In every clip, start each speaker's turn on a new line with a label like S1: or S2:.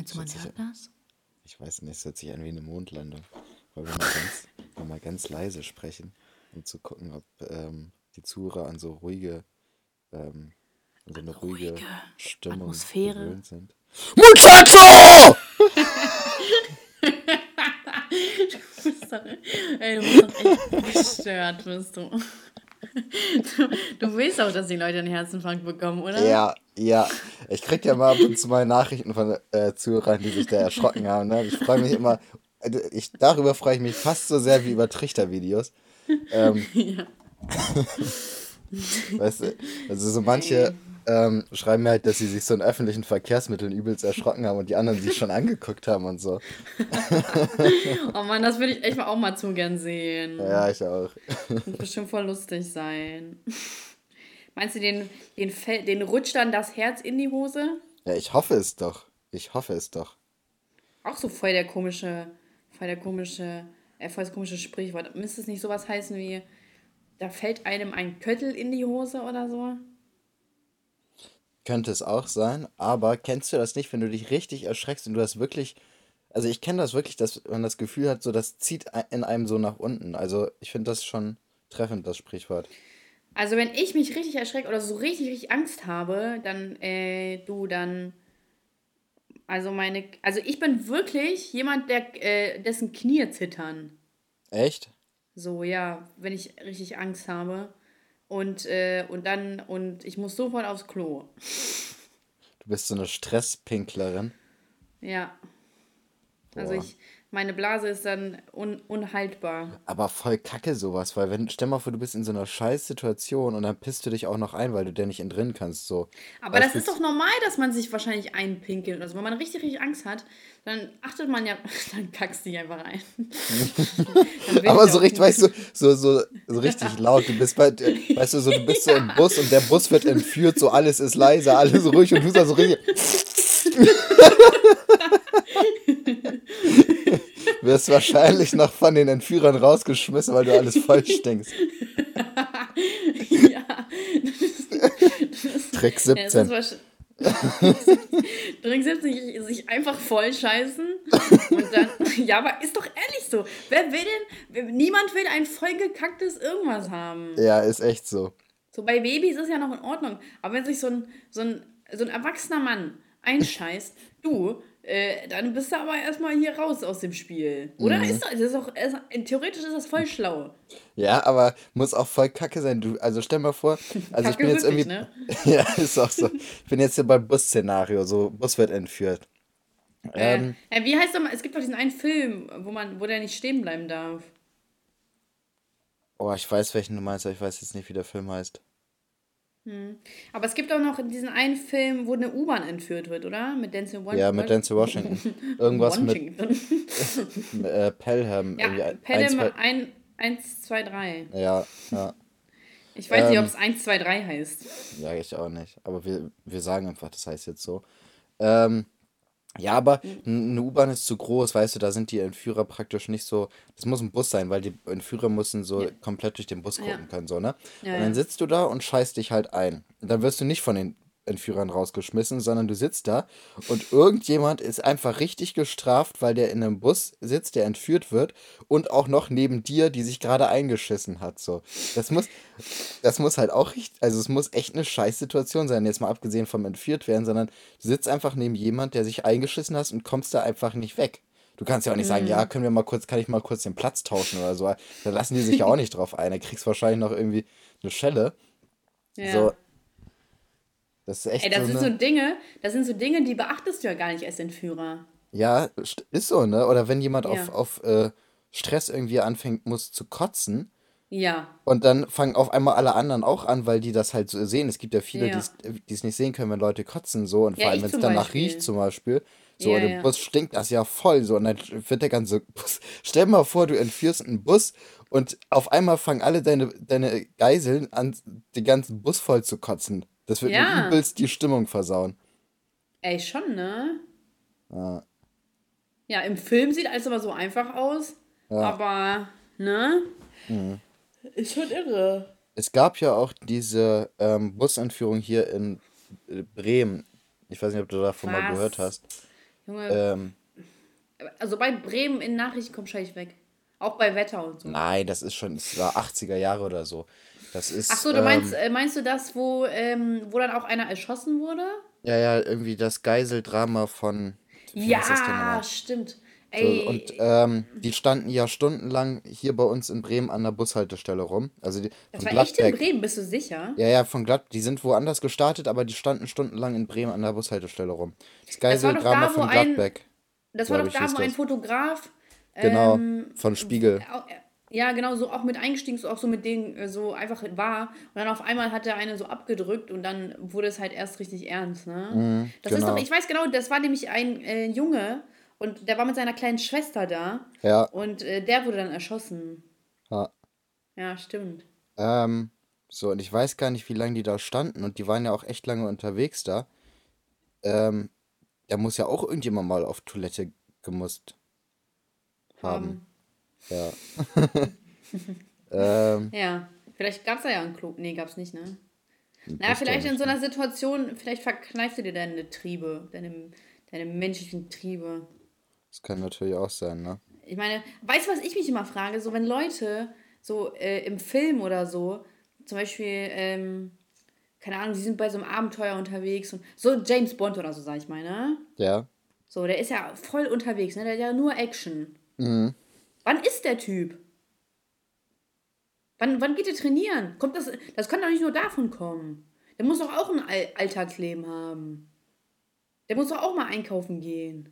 S1: Meinst du, man
S2: hört sich,
S1: hört das?
S2: ich weiß nicht, es hört sich an wie eine Mondlandung. Wollen wir mal ganz leise sprechen, um zu gucken, ob die Zuhörer ähm, an so eine ruhige
S1: Ruhige
S2: Stimmung
S1: Atmosphäre.
S2: gewöhnt sind. Muchacho!
S1: Ey, du bist doch echt gestört, bist du. Du willst auch, dass die Leute einen Herzinfarkt bekommen, oder?
S2: Ja, ja. Ich krieg ja mal ab und zu mal Nachrichten von Zuhörern, die sich da erschrocken haben. Ne? Ich freue mich immer, darüber freue ich mich fast so sehr wie über Trichtervideos. Ähm,
S1: Ja.
S2: Weißt du, also so manche
S1: Ey.
S2: schreiben mir halt, dass sie sich so in öffentlichen Verkehrsmitteln übelst erschrocken haben und die anderen sich schon angeguckt haben und so.
S1: Oh Mann, das würde ich echt auch mal zu gern
S2: Ja,
S1: sehen.
S2: ich auch.
S1: Das wird bestimmt voll lustig sein. Meinst du, den rutscht dann das Herz in die Hose?
S2: Ja, ich hoffe es doch. Ich hoffe es doch.
S1: Auch so voll das komische Sprichwort. Müsste es nicht sowas heißen wie, da fällt einem ein Köttel in die Hose oder so?
S2: Könnte es auch sein, aber kennst du das nicht, wenn du dich richtig erschreckst und du hast wirklich, also ich kenne das wirklich, dass man das Gefühl hat, so das zieht in einem so nach unten. Also ich finde das schon treffend, das Sprichwort.
S1: Also wenn ich mich richtig erschrecke oder so richtig, richtig Angst habe, also ich bin wirklich jemand, dessen Knie zittern.
S2: Echt?
S1: So, ja, wenn ich richtig Angst habe. Und ich muss sofort aufs Klo.
S2: Du bist so eine Stresspinklerin.
S1: Ja, also
S2: Boah.
S1: meine Blase ist dann unhaltbar.
S2: Aber voll kacke sowas, weil wenn, stell mal vor, du bist in so einer Scheißsituation und dann pisst du dich auch noch ein, weil du dir nicht entrinnen kannst, so.
S1: Aber
S2: Das
S1: das ist
S2: fühlt
S1: doch normal, dass man sich wahrscheinlich einpinkelt oder so. Wenn man richtig, richtig Angst hat, dann achtet man ja, dann kackst du dich einfach ein. Dann will ich
S2: Aber
S1: ja
S2: so
S1: auch
S2: richtig,
S1: nicht.
S2: weißt du, so richtig laut. Du bist weißt du, so, du bist so im
S1: Ja.
S2: Bus und der Bus wird entführt, so alles ist leise, alles ruhig und du so richtig. Wirst wahrscheinlich noch von den Entführern rausgeschmissen, weil du alles voll stinkst.
S1: Ja.
S2: Trick
S1: Ja, es ist
S2: 17.
S1: wahrscheinlich. Trick 70, sich einfach voll scheißen und dann. Ja, aber ist doch ehrlich so. Wer will niemand will ein vollgekacktes irgendwas haben.
S2: Ja, ist echt so.
S1: So bei Babys ist ja noch in Ordnung. Aber wenn sich so ein erwachsener Mann einscheißt, dann bist du aber erstmal hier raus aus dem Spiel. Oder?
S2: Mhm.
S1: Theoretisch ist das voll schlau.
S2: Ja, aber muss auch voll kacke sein. Du, also stell mal vor, also ich bin
S1: Kacke
S2: jetzt
S1: wirklich,
S2: irgendwie,
S1: ne?
S2: ja, ist auch so. Ich bin jetzt hier beim Bus-Szenario, so Bus wird entführt. Ähm,
S1: Wie heißt doch mal, es gibt doch diesen einen Film, wo der nicht stehen bleiben darf.
S2: oh, ich weiß, welchen du meinst, aber ich weiß jetzt nicht, wie der Film heißt.
S1: Aber es gibt auch noch diesen einen Film, wo eine U-Bahn entführt wird, oder? Mit
S2: Ja, mit Denzel Washington. Irgendwas mit
S1: Washington.
S2: Pelham,
S1: Ja,
S2: irgendwie ein,
S1: Pelham
S2: zwei,
S1: 1, 2, 3.
S2: ja, ja.
S1: Ich weiß nicht, ob
S2: Ähm,
S1: es 1, 2, 3 heißt.
S2: ja, ich auch nicht. Aber wir sagen einfach, das heißt jetzt so. Ähm, ja, aber eine U-Bahn ist zu groß, weißt du, da sind die Entführer praktisch nicht so. Das muss ein Bus sein, weil die Entführer müssen so
S1: Ja,
S2: komplett durch den Bus
S1: ja,
S2: gucken können, so, ne?
S1: ja,
S2: Und dann
S1: ja.
S2: sitzt du da und scheißt dich halt ein. Und dann wirst du nicht von den Entführern rausgeschmissen, sondern du sitzt da und irgendjemand ist einfach richtig gestraft, weil der in einem Bus sitzt, der entführt wird und auch noch neben dir, die sich gerade eingeschissen hat, so. Das muss, das muss halt auch richtig, also es muss echt eine Scheißsituation sein, jetzt mal abgesehen vom entführt werden, sondern du sitzt einfach neben jemand, der sich eingeschissen hast und kommst da einfach nicht weg. Du kannst ja auch nicht sagen, ja, kann ich mal kurz den Platz tauschen oder so. Da lassen die sich ja auch nicht drauf ein. Da kriegst wahrscheinlich noch irgendwie eine Schelle.
S1: Ja.
S2: So, das ist
S1: Ey,
S2: echt so eine,
S1: das sind so Dinge, die beachtest du ja gar nicht als Entführer.
S2: ja, ist so, ne? Oder wenn jemand
S1: Ja.
S2: auf Stress irgendwie anfängt, muss zu kotzen.
S1: Ja.
S2: Und dann fangen auf einmal alle anderen auch an, weil die das halt so sehen. Es gibt ja viele,
S1: Ja.
S2: die es nicht sehen können, wenn Leute kotzen, so. Und
S1: Ja,
S2: vor allem,
S1: ich
S2: wenn es
S1: zum
S2: danach riecht,
S1: Beispiel.
S2: zum Beispiel. So,
S1: Ja,
S2: und im
S1: ja.
S2: Bus stinkt das ja voll, so. Und dann wird der ganze Bus. Stell dir mal vor, du entführst einen Bus und auf einmal fangen alle deine Geiseln an, den ganzen Bus voll zu kotzen. Das wird mir
S1: Ja.
S2: übelst die Stimmung versauen.
S1: Ey, schon, ne?
S2: Ja,
S1: Ja, im Film sieht alles aber so einfach aus.
S2: ja.
S1: Aber, ne?
S2: Mhm.
S1: Ist schon irre.
S2: Es gab ja auch diese Busentführung hier in Bremen. Ich weiß nicht, ob du davon mal gehört
S1: Was?
S2: hast.
S1: Junge,
S2: Ähm,
S1: also bei Bremen in Nachrichten kommt scheiß weg. Auch bei Wetter und so.
S2: nein, es war 80er Jahre oder so. Das
S1: Ach
S2: ist,
S1: so, meinst du das, wo dann auch einer erschossen wurde?
S2: ja, ja, irgendwie das Geiseldrama von, wie heißt das denn
S1: Ja,
S2: nochmal?
S1: stimmt.
S2: So, und
S1: Ey,
S2: die standen ja stundenlang hier bei uns in Bremen an der Bushaltestelle rum. Also
S1: das
S2: von
S1: war echt in
S2: Gladbeck.
S1: Bremen, bist du sicher?
S2: Ja, ja, von die sind woanders gestartet, aber die standen stundenlang in Bremen an der Bushaltestelle rum. Das
S1: Das war doch
S2: Geiseldrama
S1: da,
S2: von Gladbeck,
S1: das war
S2: glaube
S1: doch
S2: ich,
S1: da,
S2: hieß
S1: wo ein
S2: das.
S1: Fotograf,
S2: Genau,
S1: ähm,
S2: von Spiegel.
S1: ja genau, so auch mit eingestiegen, ist, auch so mit denen so einfach war. Und dann auf einmal hat der eine so abgedrückt und dann wurde es halt erst richtig ernst, ne?
S2: Mhm,
S1: Das ist doch,
S2: genau.
S1: ich weiß genau, das war nämlich ein Junge und der war mit seiner kleinen Schwester da
S2: Ja,
S1: und der wurde dann erschossen.
S2: ja.
S1: Ja, stimmt.
S2: Ähm, so, und ich weiß gar nicht, wie lange die da standen und die waren ja auch echt lange unterwegs da. Ähm, Da muss ja auch irgendjemand mal auf Toilette gemusst haben.
S1: Haben.
S2: Ja. Ähm,
S1: Ja, vielleicht gab es da ja einen Klo. Nee, gab's nicht, ne? Naja,
S2: Wusste auch
S1: vielleicht in so
S2: nicht, ne?
S1: einer Situation, vielleicht verkneifst du dir deine Triebe, deine menschlichen Triebe.
S2: Das kann natürlich auch sein, ne?
S1: Ich meine, weißt du, was ich mich immer frage? So, wenn Leute so im Film oder so, zum Beispiel, keine Ahnung, die sind bei so einem Abenteuer unterwegs und so James Bond oder so, sag ich mal, ne?
S2: Ja.
S1: So, der ist ja voll unterwegs, ne? Der hat ja nur Action.
S2: Mhm.
S1: Wann ist der Typ? Wann geht er trainieren? Das kann doch nicht nur davon kommen. Der muss doch auch ein Alltagsleben haben. Der muss doch auch mal einkaufen gehen.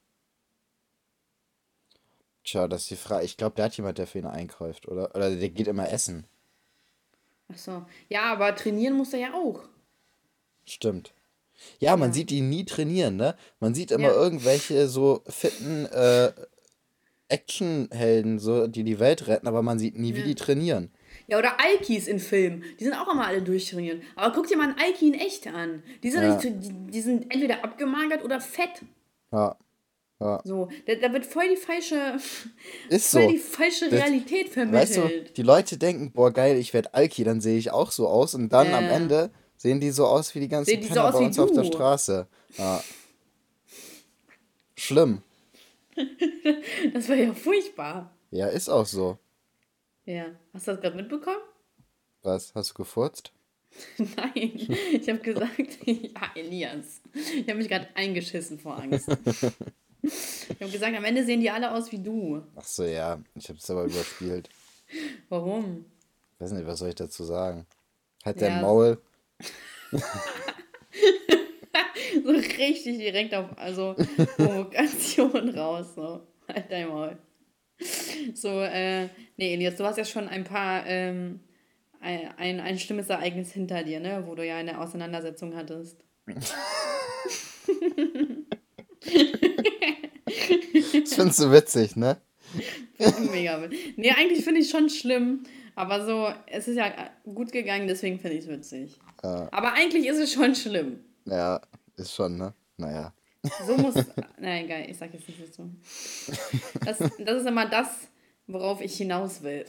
S2: Tja, das ist die Frage. Ich glaube, der hat jemand, der für ihn einkauft, oder? Oder der geht immer essen.
S1: Ach so. Ja, aber trainieren muss er ja auch.
S2: Stimmt. Ja, man
S1: Ja.
S2: sieht ihn nie trainieren, ne? Man sieht immer
S1: Ja.
S2: irgendwelche so fitten Actionhelden, so, die die Welt retten, aber man sieht nie, wie
S1: Ja.
S2: die trainieren.
S1: Ja, oder Alkis in Filmen. Die sind auch immer alle durchtrainiert. Aber guck dir mal einen Alki in echt an.
S2: Ja,
S1: Die sind entweder abgemagert oder fett.
S2: ja, ja.
S1: So, da wird
S2: Ist
S1: voll
S2: so.
S1: die falsche
S2: Das,
S1: Realität
S2: weißt du,
S1: vermittelt.
S2: die Leute denken, boah, geil, ich werde Alki, dann sehe ich auch so aus. Und dann am
S1: Äh,
S2: Ende sehen die so aus wie die ganzen
S1: Sehen die so
S2: Penner bei
S1: aus wie
S2: uns auf der
S1: du.
S2: Straße. Ja, schlimm.
S1: Das war ja furchtbar.
S2: Ja, ist auch so.
S1: Ja. Hast du das gerade mitbekommen?
S2: Was, hast du gefurzt?
S1: Nein, ich habe gesagt, ja, Elias. Ich habe mich gerade eingeschissen vor Angst. Ich habe gesagt, am Ende sehen die alle aus wie du.
S2: Ach so, ja, ich habe es aber überspielt.
S1: Warum?
S2: Weiß nicht, was soll ich dazu sagen? Halt dein
S1: Ja,
S2: Maul.
S1: so richtig direkt auf, also Provokation raus, so. Halt dein Maul. So, nee, Elias, du hast ja schon ein paar, ein schlimmes Ereignis hinter dir, ne, wo du ja eine Auseinandersetzung hattest.
S2: Das findest du witzig, ne?
S1: Mega. Nee, eigentlich finde ich schon schlimm, aber so, es ist ja gut gegangen, deswegen finde ich es witzig.
S2: Ja,
S1: Aber eigentlich ist es schon schlimm.
S2: ja, ist schon, ne? Naja.
S1: So muss. Nein, egal, ich sag jetzt nicht dazu. Das ist immer das, worauf ich hinaus will.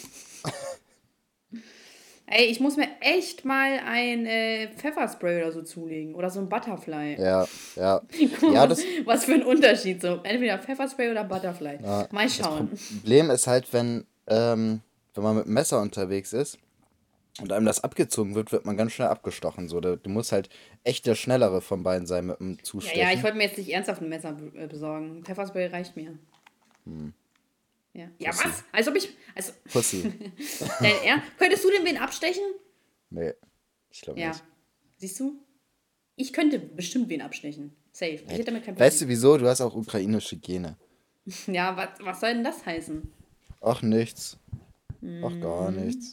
S1: Ey, ich muss mir echt mal ein Pfefferspray oder so zulegen. Oder so ein Butterfly.
S2: Ja, ja.
S1: Guck mal,
S2: Ja, das,
S1: was für ein Unterschied. So, entweder Pfefferspray oder Butterfly.
S2: ja,
S1: Mal
S2: das
S1: schauen.
S2: Problem ist halt, wenn man mit dem Messer unterwegs ist und einem das abgezogen wird, wird man ganz schnell abgestochen. So, du musst halt echt der Schnellere von beiden sein mit dem
S1: Ja, ich
S2: Zustechen.
S1: wollte mir jetzt nicht ernsthaft ein Messer besorgen. Pfefferspray reicht mir. Ja, ja
S2: Pussy.
S1: was? Als ob ich. Also,
S2: Pussy.
S1: könntest du denn wen abstechen?
S2: Nee, ich glaube
S1: Ja.
S2: nicht.
S1: Siehst du? Ich könnte bestimmt wen abstechen. Safe. Ich hätte damit kein
S2: Weißt du
S1: Problem.
S2: wieso? Du hast auch ukrainische Gene.
S1: Ja, was soll denn das heißen?
S2: Ach, nichts. Ach, gar nichts.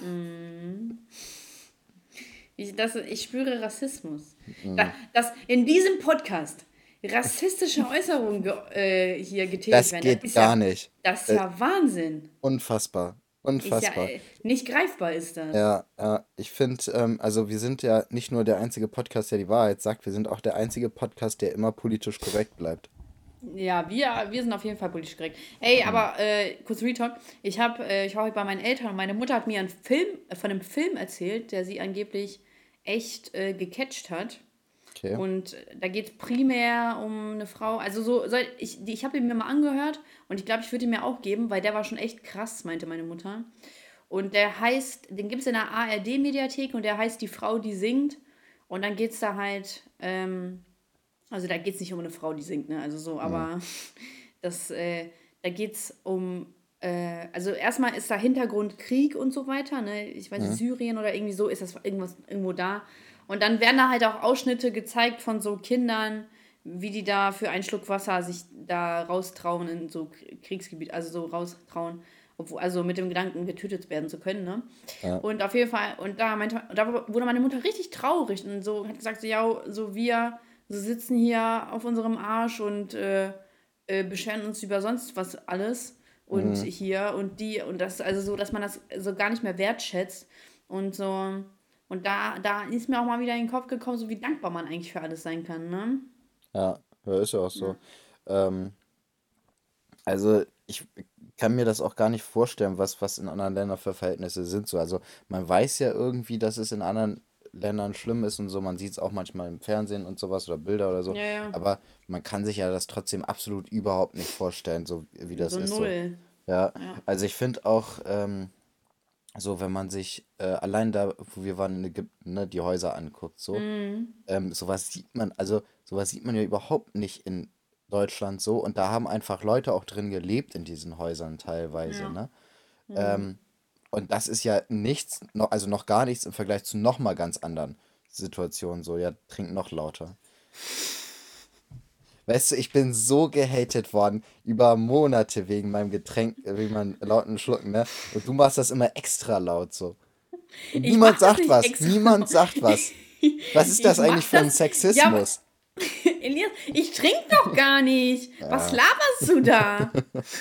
S1: Ich spüre Rassismus.
S2: Mhm.
S1: Dass in diesem Podcast rassistische Äußerungen hier getätigt
S2: Das
S1: werden,
S2: geht gar nicht.
S1: das ist ja Wahnsinn.
S2: Unfassbar.
S1: Ist ja
S2: Unfassbar.
S1: nicht greifbar ist das.
S2: Ja, ja, ich finde, also wir sind ja nicht nur der einzige Podcast, der die Wahrheit sagt, wir sind auch der einzige Podcast, der immer politisch korrekt bleibt.
S1: Ja, wir sind auf jeden Fall politisch korrekt. Ey,
S2: Mhm.
S1: aber kurz Retalk. Ich war heute bei meinen Eltern und meine Mutter hat mir von einem Film erzählt, der sie angeblich echt gecatcht hat.
S2: Okay.
S1: Und da geht es primär um eine Frau. Also ich habe ihn mir mal angehört und ich glaube, ich würde ihn mir auch geben, weil der war schon echt krass, meinte meine Mutter. Und der heißt, den gibt es in der ARD-Mediathek und der heißt Die Frau, die singt. Und dann geht es da halt, also da geht es nicht um eine Frau, die singt, ne? Also so,
S2: Mhm.
S1: aber das, da geht es um, also erstmal ist da Hintergrund Krieg und so weiter, ne? Ich weiß nicht,
S2: Mhm.
S1: Syrien oder irgendwie so ist das irgendwas irgendwo da. Und dann werden da halt auch Ausschnitte gezeigt von so Kindern, wie die da für einen Schluck Wasser sich da raustrauen in so Kriegsgebiet, also so raustrauen, obwohl, also mit dem Gedanken, getötet werden zu können, ne?
S2: Ja.
S1: Und auf jeden Fall, und da wurde meine Mutter richtig traurig und so hat gesagt, so, ja, so wir so sitzen hier auf unserem Arsch und beschweren uns über sonst was alles und
S2: Mhm.
S1: hier und die und das, also so, dass man das so gar nicht mehr wertschätzt und so. Und da ist mir auch mal wieder in den Kopf gekommen, so wie dankbar man eigentlich für alles sein kann, ne?
S2: Ja, ja, ist ja auch so.
S1: Ja.
S2: Ähm, also ich kann mir das auch gar nicht vorstellen, was in anderen Ländern für Verhältnisse sind so. Also man weiß ja irgendwie, dass es in anderen Ländern schlimm ist und so. Man sieht es auch manchmal im Fernsehen und sowas oder Bilder oder so.
S1: Ja, ja.
S2: Aber man kann sich ja das trotzdem absolut überhaupt nicht vorstellen, so wie das
S1: So
S2: ist so.
S1: null.
S2: Ja,
S1: Ja.
S2: also ich finde auch, so wenn man sich allein da, wo wir waren in Ägypten, ne, die Häuser anguckt, so.
S1: Mhm.
S2: Sowas sieht man, also sowas sieht man ja überhaupt nicht in Deutschland so. Und da haben einfach Leute auch drin gelebt in diesen Häusern teilweise,
S1: Ja.
S2: ne?
S1: Mhm.
S2: Ähm, und das ist ja nichts, also noch gar nichts im Vergleich zu noch mal ganz anderen Situationen. So, ja, trink noch lauter. Weißt du, ich bin so gehatet worden über Monate wegen meinem Getränk, wegen meinem lauten Schlucken, ne? Und du machst das immer extra laut so. Und
S1: Ich mach
S2: niemand
S1: das
S2: sagt
S1: nicht
S2: was.
S1: extra.
S2: Niemand sagt was. Was ist
S1: Ich
S2: das
S1: mach
S2: eigentlich für ein
S1: das. Ja, aber
S2: Sexismus?
S1: Elias, ich trinke doch gar nicht. Was
S2: Ja.
S1: laberst du da?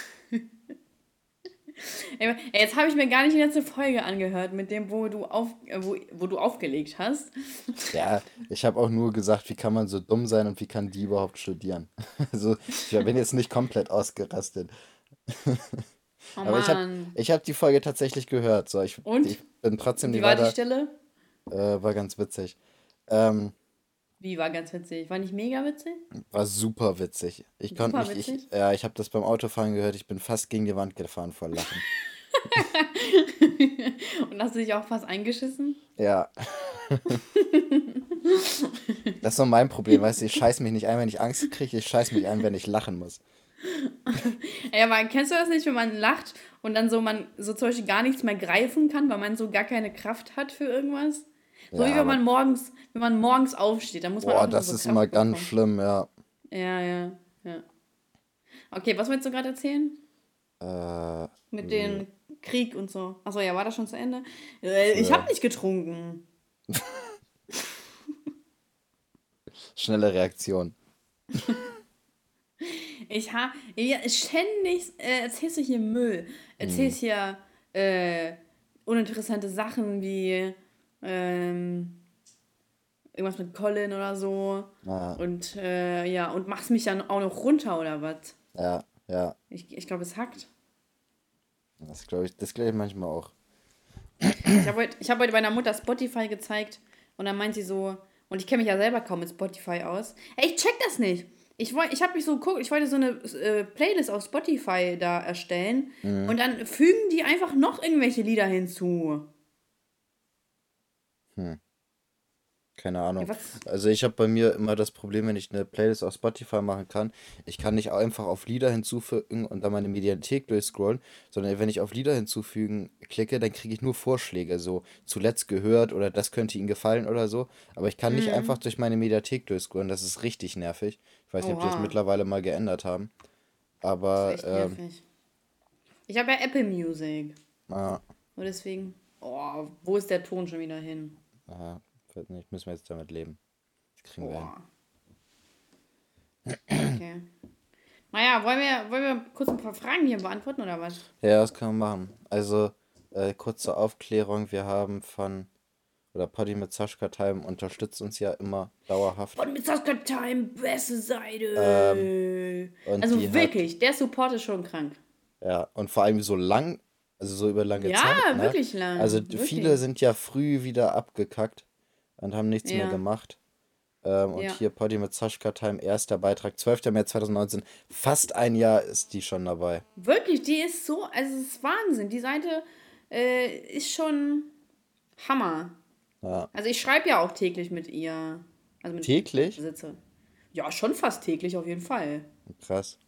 S1: Ey, jetzt habe ich mir gar nicht die letzte Folge angehört, mit dem, wo du aufgelegt hast.
S2: Ja, ich habe auch nur gesagt, wie kann man so dumm sein und wie kann die überhaupt studieren? Also, ich bin jetzt nicht komplett ausgerastet.
S1: Oh
S2: Aber
S1: Mann.
S2: ich hab die Folge tatsächlich gehört. So,
S1: Und?
S2: ich bin trotzdem,
S1: Wie
S2: die
S1: war
S2: war
S1: die
S2: da,
S1: Stelle?
S2: war ganz witzig. Ähm,
S1: Wie war ganz witzig? War nicht mega witzig?
S2: war super witzig. Ich konnte
S1: Super
S2: mich,
S1: witzig?
S2: ja, ich habe das beim Autofahren gehört, ich bin fast gegen die Wand gefahren vor Lachen.
S1: Und hast du dich auch fast eingeschissen?
S2: Ja, das ist so mein Problem, weißt du, ich scheiß mich nicht ein, wenn ich Angst kriege, ich scheiß mich ein, wenn ich lachen muss.
S1: Ey, aber kennst du das nicht, wenn man lacht und dann so man so zum Beispiel gar nichts mehr greifen kann, weil man so gar keine Kraft hat für irgendwas? So
S2: Ja,
S1: wie
S2: aber,
S1: wenn man morgens aufsteht, dann muss man auch
S2: boah,
S1: immer
S2: das
S1: so
S2: ist immer
S1: Kraft
S2: ganz
S1: bekommen.
S2: schlimm, ja.
S1: Ja, ja, ja. Okay, was willst du gerade erzählen? Mit
S2: Nee,
S1: dem Krieg und so. Achso, ja, war das schon zu Ende? Ich habe
S2: ja.
S1: nicht getrunken.
S2: Schnelle Reaktion.
S1: Ja, ständig erzählst du hier Müll.
S2: Hm,
S1: Erzählst hier uninteressante Sachen wie ähm, irgendwas mit Colin oder so.
S2: na,
S1: Und ja, und machst mich dann auch noch runter oder was?
S2: ja, ja.
S1: Ich glaube, es hackt.
S2: Das glaube ich manchmal auch.
S1: Ich hab heute meiner Mutter Spotify gezeigt und dann meint sie so, und ich kenne mich ja selber kaum mit Spotify aus. Ey, ich check das nicht. Ich habe mich so geguckt, ich wollte so eine Playlist auf Spotify da erstellen
S2: Mhm.
S1: und dann fügen die einfach noch irgendwelche Lieder hinzu.
S2: Hm. Keine
S1: Ja,
S2: Ahnung.
S1: was?
S2: Also ich habe bei mir immer das Problem, wenn ich eine Playlist auf Spotify machen kann, ich kann nicht einfach auf Lieder hinzufügen und dann meine Mediathek durchscrollen, sondern wenn ich auf Lieder hinzufügen klicke, dann kriege ich nur Vorschläge, so zuletzt gehört oder das könnte Ihnen gefallen oder so. Aber ich kann nicht einfach
S1: Mhm.
S2: durch meine Mediathek durchscrollen, das ist richtig nervig. Ich weiß nicht, ob die das
S1: Oha,
S2: mittlerweile mal geändert haben.
S1: das ist
S2: Aber,
S1: echt nervig. Ich habe ja Apple Music.
S2: ah,
S1: Und deswegen, oh, wo ist der Ton schon wieder hin?
S2: ah, weiß nicht, müssen wir jetzt damit leben. Das kriegen wir hin.
S1: Boah, okay. Naja, wollen wir kurz ein paar Fragen hier beantworten oder was?
S2: Ja, das kann man machen. Also, kurz zur Aufklärung, oder Poddy mit Sascha Time unterstützt uns ja immer dauerhaft.
S1: Von Mitzvah Time, beste
S2: Ähm,
S1: Seite.
S2: und die
S1: Also
S2: hat,
S1: wirklich, der Support ist schon krank.
S2: ja, und vor allem so lang, also so über lange
S1: Ja,
S2: Zeit, ne?
S1: wirklich
S2: Also
S1: lang.
S2: viele
S1: Wirklich.
S2: sind ja früh wieder abgekackt und haben nichts mehr
S1: Ja.
S2: gemacht. Und
S1: Ja.
S2: hier Poddy mit Sascha Time, erster Beitrag, 12. März 2019. Fast ein Jahr ist die schon dabei.
S1: Wirklich, die ist so, also es ist Wahnsinn. Die Seite ist schon Hammer.
S2: Ja.
S1: Also ich schreibe ja auch täglich mit ihr. Also mit
S2: Täglich?
S1: Besitzer. Ja, schon fast täglich auf jeden Fall.
S2: Krass.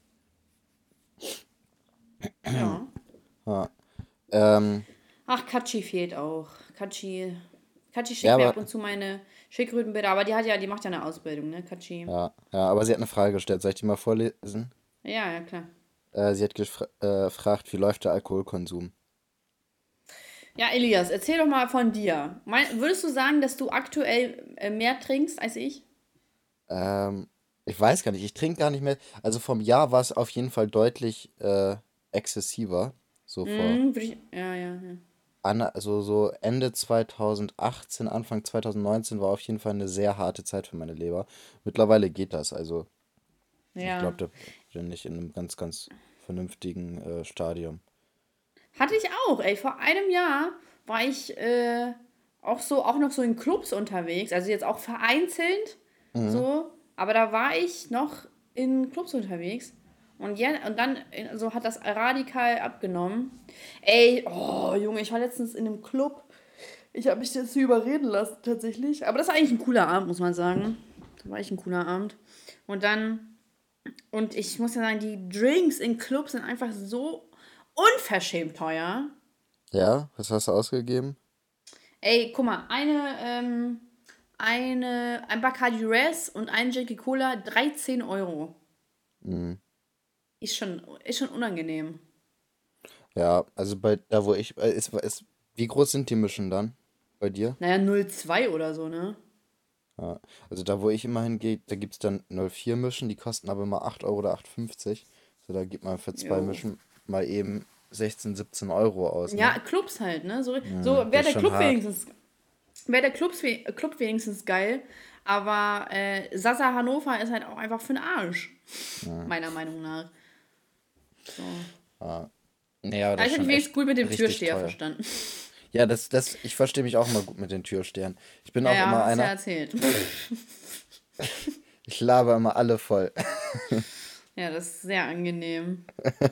S1: Ja.
S2: Ja. Ähm,
S1: Ach, Katschi fehlt auch. Katschi
S2: ja,
S1: schickt mir
S2: aber,
S1: ab und zu meine Schickrötenbilder, aber die macht ja eine Ausbildung, ne, Katschi?
S2: aber sie hat eine Frage gestellt. Soll ich die mal vorlesen?
S1: Ja, ja, klar.
S2: Sie hat gefragt, wie läuft der Alkoholkonsum?
S1: Ja, Elias, erzähl doch mal von dir. Würdest du sagen, dass du aktuell mehr trinkst als ich?
S2: Ähm, Ich weiß gar nicht, ich trinke gar nicht mehr. Also vom Jahr war es auf jeden Fall deutlich exzessiver. So vor
S1: Würde ich. Ja, ja, ja.
S2: also so Ende 2018, Anfang 2019 war auf jeden Fall eine sehr harte Zeit für meine Leber. Mittlerweile geht das. Also ich
S1: Ja.
S2: glaube, da bin ich in einem ganz, ganz vernünftigen Stadium.
S1: Hatte ich auch, ey. Vor einem Jahr war ich auch noch so in Clubs unterwegs. Also jetzt auch vereinzelt
S2: Mhm.
S1: so. Aber da war ich noch in Clubs unterwegs. Und dann so hat das radikal abgenommen. Ey, oh Junge, ich war letztens in einem Club. Ich habe mich jetzt überreden lassen, tatsächlich. Aber das war eigentlich ein cooler Abend, muss man sagen. Das war echt ein cooler Abend. Und dann, und ich muss ja sagen, die Drinks in Clubs sind einfach so unverschämt teuer.
S2: Ja, was hast du ausgegeben?
S1: Ey, guck mal, ein Bacardi Res und ein Jackie Cola, 13 Euro.
S2: Mhm.
S1: Ist schon unangenehm.
S2: Ja, also bei da wo ich, wie groß sind die Mischen dann bei dir?
S1: Naja, 0,2 oder so, ne?
S2: Ja, also da, wo ich immer hingehe, da gibt es dann 04 Mischen, die kosten aber immer 8 Euro oder 8,50. So, da gibt man für zwei
S1: Jo.
S2: Mischen mal eben 16, 17 Euro aus, ne?
S1: Ja, Clubs halt, ne? So,
S2: Mhm,
S1: so
S2: das
S1: wäre
S2: ist
S1: der
S2: schon
S1: Club
S2: hart.
S1: wenigstens, wäre der Club wenigstens geil. Aber Sasa Hannover ist halt auch einfach für den Arsch.
S2: Ja,
S1: Meiner Meinung nach. So.
S2: ja. Nee, aber
S1: Ja,
S2: das
S1: ich
S2: ist
S1: habe mich
S2: schon echt
S1: wenigstens gut mit dem
S2: richtig
S1: Türsteher
S2: teuer.
S1: verstanden.
S2: Ja, ich verstehe mich auch immer gut mit den Türstehern. Ich bin
S1: Ja,
S2: auch immer
S1: ja, hast ja
S2: einer,
S1: erzählt.
S2: ich laber immer alle voll.
S1: Ja, das ist sehr angenehm.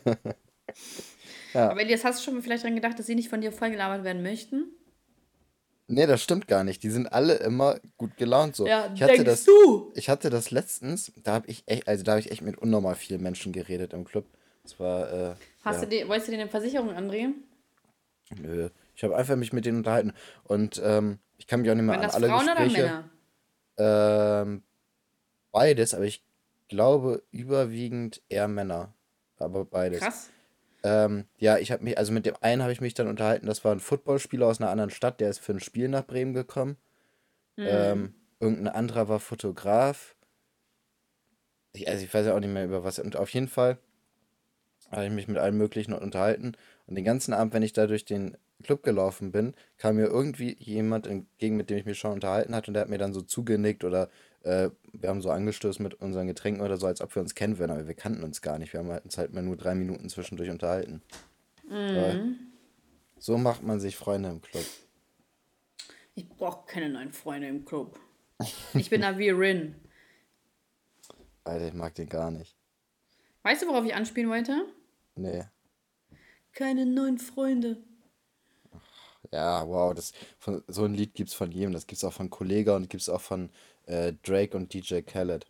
S2: Ja.
S1: Aber Elias, hast du schon mal vielleicht dran gedacht, dass sie nicht von dir vollgelabert werden möchten?
S2: Nee, das stimmt gar nicht. Die sind alle immer gut gelaunt so.
S1: Ja, denkst du?
S2: Ich hatte das letztens, da habe ich echt, also da habe ich echt mit unnormal vielen Menschen geredet im Club. Das war, ja,
S1: Wolltest du dir eine Versicherung andrehen?
S2: nö. Ich habe einfach mich mit denen unterhalten. Und ich kann mich auch nicht mehr
S1: Waren
S2: an
S1: das
S2: alle
S1: Frauen oder
S2: Gespräche,
S1: Männer?
S2: ähm, beides, aber ich glaube überwiegend eher Männer. Aber beides.
S1: Krass.
S2: Ja, also mit dem einen habe ich mich dann unterhalten, das war ein Footballspieler aus einer anderen Stadt, der ist für ein Spiel nach Bremen gekommen.
S1: Hm.
S2: Irgendein anderer war Fotograf. Also ich weiß ja auch nicht mehr über was. Und auf jeden Fall habe ich mich mit allen möglichen unterhalten. Und den ganzen Abend, wenn ich da durch den Club gelaufen bin, kam mir irgendwie jemand entgegen, mit dem ich mich schon unterhalten hatte. Und der hat mir dann so zugenickt oder wir haben so angestoßen mit unseren Getränken oder so, als ob wir uns kennen würden. Aber wir kannten uns gar nicht. Wir haben halt uns halt mal nur 3 Minuten zwischendurch unterhalten. Aber so macht man sich Freunde im Club.
S1: Ich brauche keine neuen Freunde im Club. Ich bin da wie Rin.
S2: Alter, ich mag den gar nicht.
S1: Weißt du, worauf ich anspielen wollte?
S2: Nee.
S1: Keine neuen Freunde.
S2: Ja, wow, so ein Lied gibt's von jedem. Das gibt's auch von Kollega und gibt's auch von Drake und DJ Khaled.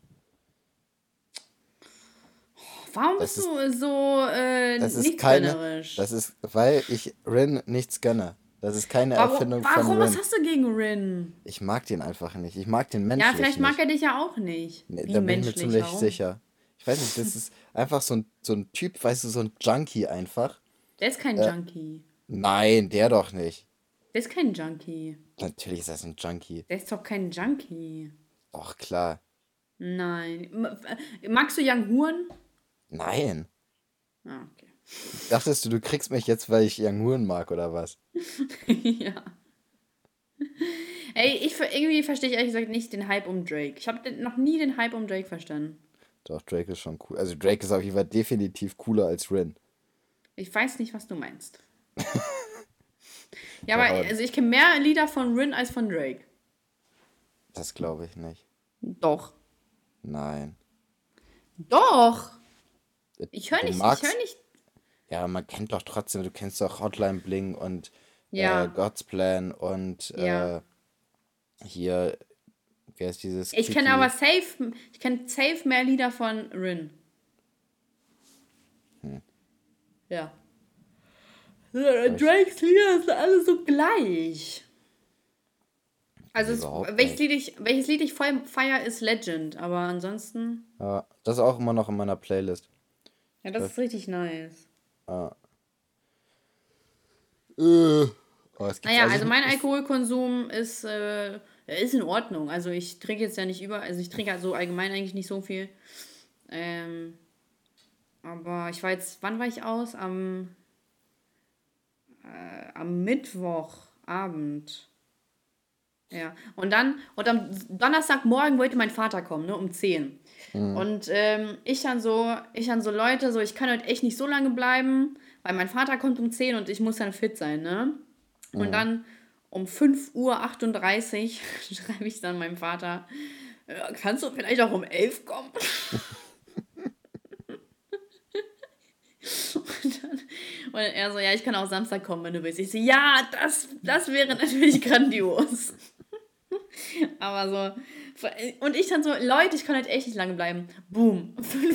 S1: Warum
S2: Das
S1: bist
S2: ist,
S1: du so
S2: das ist
S1: nicht
S2: keine,
S1: gönnerisch?
S2: das ist, weil ich Rin nichts gönne. Das ist keine Erfindung von
S1: Warum? Was
S2: Rin.
S1: hast du gegen Rin?
S2: Ich mag den einfach nicht. Ich mag den
S1: Ja,
S2: menschlich
S1: vielleicht mag er
S2: nicht.
S1: dich ja auch nicht.
S2: Nee,
S1: Wie
S2: da bin ich mir
S1: menschlich,
S2: ziemlich
S1: warum?
S2: sicher. Ich weiß nicht, das ist einfach so ein Typ, weißt du, so ein Junkie einfach.
S1: Der ist kein
S2: Äh,
S1: Junkie.
S2: nein, der doch nicht.
S1: Der ist kein Junkie.
S2: Natürlich ist das ein Junkie.
S1: Der ist doch kein Junkie.
S2: Och, klar.
S1: Nein. Magst du Young Huren?
S2: Nein.
S1: Ah, okay.
S2: Dachtest du, du kriegst mich jetzt, weil ich Young Huren mag, oder was?
S1: Ja. Ey, irgendwie verstehe ich ehrlich gesagt nicht den Hype um Drake. Ich habe noch nie den Hype um Drake verstanden.
S2: Doch, Drake ist schon cool. Also Drake ist auf jeden Fall definitiv cooler als Rin.
S1: Ich weiß nicht, was du meinst. Ja,
S2: Doch,
S1: aber
S2: aber
S1: also ich kenne mehr Lieder von Rin als von Drake.
S2: das glaube ich nicht.
S1: Doch.
S2: Nein.
S1: Doch. Ich höre
S2: Du
S1: nicht, ich höre
S2: magst,
S1: nicht.
S2: ja, man kennt doch trotzdem, du kennst doch Hotline Bling und
S1: Ja,
S2: God's Plan und
S1: ja.
S2: hier, wie heißt dieses
S1: Ich kenne aber
S2: Quickie?
S1: safe, ich kenne safe mehr Lieder von Rin. Ja.
S2: Ich,
S1: Drakes Lieder sind alle so gleich. Also
S2: überhaupt nicht.
S1: welches Lied ich voll feier, ist Legend, aber ansonsten,
S2: Ja, das ist auch immer noch in meiner Playlist.
S1: ja,
S2: Ich
S1: das
S2: weiß,
S1: ist richtig nice.
S2: ah, oh, es gibt,
S1: Naja,
S2: also
S1: also mein
S2: ich,
S1: Alkoholkonsum ist in Ordnung. Also ich trinke jetzt ja nicht also ich trinke also allgemein eigentlich nicht so viel. Ähm, aber ich war jetzt, wann war ich aus? Am Mittwochabend. Ja. Und am Donnerstagmorgen wollte mein Vater kommen, ne, um 10.
S2: hm,
S1: Und ich dann so, Leute, so, ich kann heute echt nicht so lange bleiben, weil mein Vater kommt um 10 und ich muss dann fit sein, ne? Und
S2: hm.
S1: dann um 5:38 Uhr schreibe ich dann meinem Vater, kannst du vielleicht auch um 11 kommen? Und er so, ja, ich kann auch Samstag kommen, wenn du willst. Ich so, ja, das wäre natürlich grandios. Aber so, und ich dann so, Leute, ich kann halt echt nicht lange bleiben. Boom,